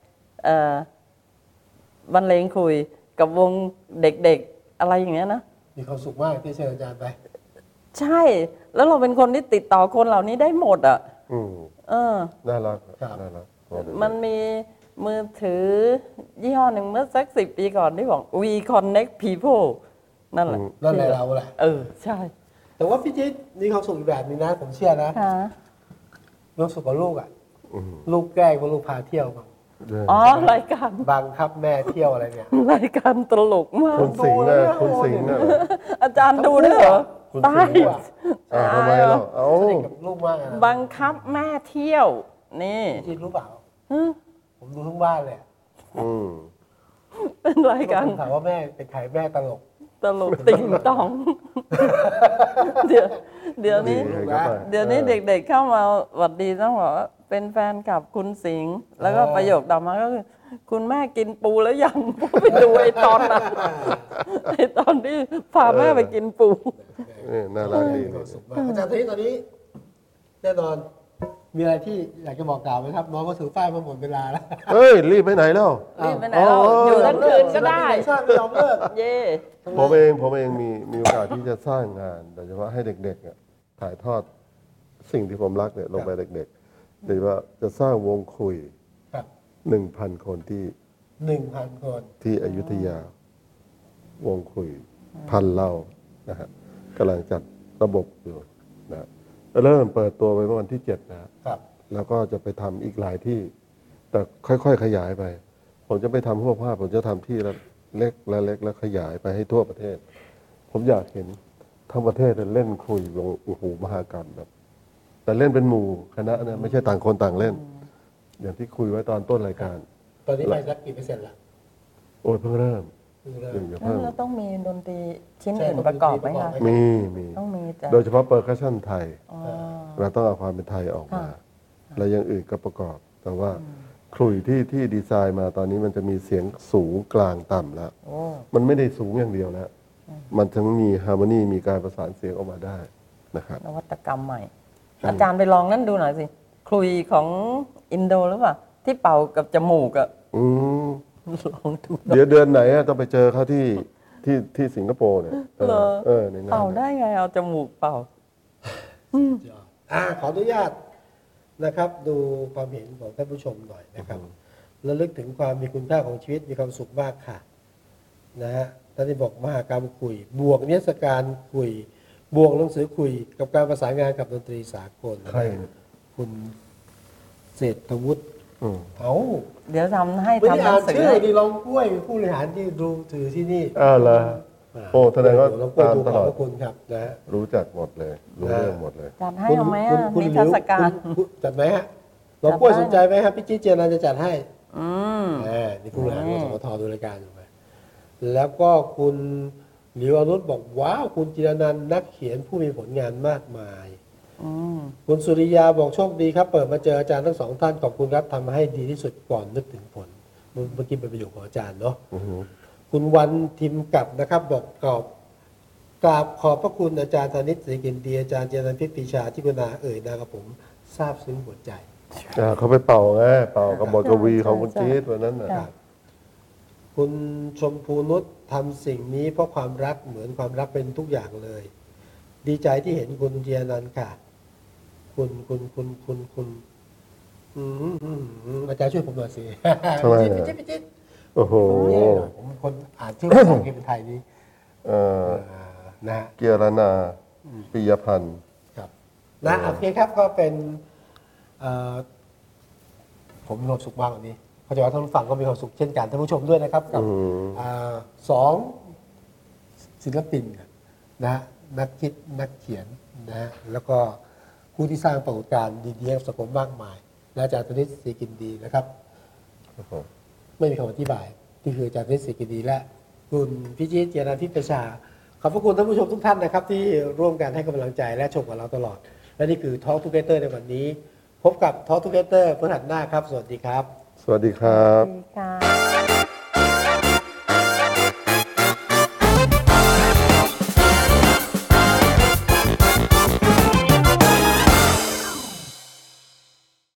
บรรเลงคุยกับวงเด็กๆอะไรอย่างเงี้ยนะมีความสุขมากที่เชิญอาจารย์ไปใช่ แล้วเราเป็นคนที่ติดต่อคนเหล่านี้ได้หมดอ่ะอืมเออน่ารักครับน่ารักมันมีมือถือยี่ห้อหนึ่งเมื่อสัก10 ปีก่อนที่บอก we connect people นั่นแหละนั่นแหละเราแหละใช่แต่ว่าพี่จี๊ดมีความสุขอีกแบบนึงนะ ผมเชื่อนะค่ะมีความสุขกับลูกอ่ะอืมลูกแกล้งว่าลูกพาเที่ยวบ้างอ๋อ รายการบังคับแม่เที่ยวอะไรเนี่ยรายการตลกมากคุณสิงห์นะคุณสิงห์นะอาจารย์ดูด้วยเหรอคุณตาสิยงห์ทำไมเราเอาสนิทกับลูกมากอะนะบังคับแม่เที่ยว นี่พี่จี๊ดรู้เปล่าฮึผมดูทั้งบ้านเลยอะอืมเป็นรายการผมถามว่าแม่เป็นใครแม่ตลกตลกติ่งตอง เดี๋ยวนี้ดีให้เขาไปเดี๋ยวนี้เด็กๆเข้ามาหวัดดีต้องบอกว่าเป็นแฟนกับคุณสิงห์แล้วก็ประโยคต่อมาก็คือคุณแม่กินปูแล้วยัง ผมไปดูไอ้ตอนนั้นไอ้ตอนที่พาแม่ไปกินปูนี่น่ารักดีมีความสุขมากอาจารย์ทีนี้ตอนนี้แน่นอนมีอะไรที่อยากจะบอกกล่าวไหมครับ น้องก็ถือป้ายมาหมดเวลาแล้วเฮ้ย รีบไปไหนแล้วรีบไปไหนเราอยู่ทั้งคืนก็ได้สร้างไม่ยอมเลิกเย่ผมเองมีโอกาสที่จะสร้างงานโดยเฉพาะให้เด็กๆอะถ่ายทอดสิ่งที่ผมรักเนี่ยลงไปเด็กๆโดยเฉพาะจะสร้างวงคุยครับ 1,000 คนที่ 1,000 คนที่อยุธยา วงคุยพันเล่านะฮะกำลังจัดระบบอยู่นะเริ่มเปิดตัวไปเมื่อวันที่ 7 นะครับ แล้วก็จะไปทำอีกหลายที่ แต่ค่อยๆขยายไป ผมจะไปทำทั่วภาคผมจะทำที่ละเล็กและเล็กแล้วขยายไปให้ทั่วประเทศ ผมอยากเห็นทั้งประเทศเล่นคุยลงโอ้โหมหากาพย์แบบ แต่เล่นเป็นหมู่คณะเนี่ยไม่ใช่ต่างคนต่างเล่น อย่างที่คุยไว้ตอนต้นรายการตอนนี้ไปสักกี่เปอร์เซ็นต์ละโอ้ยเพิ่งเริ่มงั้นเราต้องมีดนตรีชิ้นอื่นประกอบไหมคะมีต้องมีจ้ะโดยเฉพาะเปอร์คัชชั่นไทยอ๋อเราต้องเอาความเป็นไทยออกมาค่ะแล้วอย่างอื่นก็ประกอบ แต่ว่าขลุ่ยที่ดีไซน์มาตอนนี้มันจะมีเสียงสูงกลางต่ำแล้วโอ้มันไม่ได้สูงอย่างเดียวแล้ว มันทั้งมีฮาร์โมนีมีการประสานเสียงออกมาได้นะครับนวัตกรรมใหม่ อาจารย์ไปลองนั่นดูหน่อยสิคลุยของอินโดหรือเปล่าที่เป่ากับจมูกอะอืมลองดูเดี๋ยวเดือนไหนอะต้องไปเจอเขาที่สิงคโปร์เนี่ยในงานเป่าได้ไงเอาจมูกเป่าขออนุญาตนะครับ ดูความเห็นของท่านผู้ชมหน่อยนะครับระลึกถึงความมีคุณค่าของชีวิตมีความสุขมากค่ะนะฮะท่านที่บอกมหากรรมคุย บวกนิทรรศการคุย บวกหนังสือคุย กับการประสานงานกับดนตรีสากลใครเนี่ยคุณเศรษฐวุฒิเอาเดี๋ยวทำให้ไม่ได้ทำหนัอ่าง นสือชื่อให้ดีลองกล้วยผู้บริหารที่ดูถือที่นี่เหรอโอ้แสดงว่าลองกล้วยตามดูตขลอบอดพระคุณครับนะฮะรู้จักหมดเลย รู้เรื่องหมดเลยจัดให้เอาไหมอะคุณนิทรรศการคุณจัดไหมฮะลองกล้วยสนใจไหมครับพี่จิ๊ดเจยนันท์จะจัดให้อืมนี่ผู้บริหารของสมทดูรายการอยู่ไหมแล้วก็คุณหลิวอนุชบอกว้าวคุณจิรนันท์นักเขียนผู้มีผลงานมากมายอืมคุณสุริยาบอกโชคดีครับ เปิดมาเจออาจารย์ทั้งสองท่านขอบคุณครับทำให้ดีที่สุดก่อนนึกถึงผลเมื่อกี้เป็นประโยคของอาจารย์เนาะอือหือคุณวันทิมกลับนะครับ บอกกราบขอบพระคุณอาจารย์ธนิตศรีกินดีอาจารย์เจนันท์พิปรีชาที่คุณาเอ่ยนามกับผมทราบซึ้งหัวใจเขาไปเป่าไงเป่ากับบทกวีของคุณจี๊ดวันนั้นน่ะค่ะคุณชมพูนุชทำสิ่งนี้เพราะความรักเหมือนความรักเป็นทุกอย่างเลย ดีใจที่เห็นคุณเจียนันท์ค่ะ คุณอาจารย์ช่วยผมหน่อยสิทำไมน่ะพี่จิ๊ดโอ้โหผมเป็นคนอ่านชื่อภาษาอังกฤษเป็นไทยนี้นะฮะเกียรนาปิยพันธ์ครับนะโอเคครับก็เป็นผมมีความสุขมากวันนี้เขาจะว่าท่านผู้ฟังก็มีความสุขเช่นกันท่านผู้ชมด้วยนะครับกับสองศิลปินนะฮะนักคิดนักเขียนนะฮะแล้วก็ผู้ที่สร้างปรากฏการณ์ดีๆให้สังคมมากมายและอาจารย์ธนิตศรีกินดีนะครับ ไม่มีคำอธิบายที่คืออาจารย์ธนิตศรีกินดีและคุณพิจิตรเจริญพิประชาขอบพระคุณท่านผู้ชมทุกท่านนะครับที่ร่วมกันให้กำลังใจและชมกับเราตลอดและนี่คือ Talk Together ในวันนี้พบกับ Talk Together พฤหัสหน้าครับสวัสดีครับสวัสดีครับดีค่ะ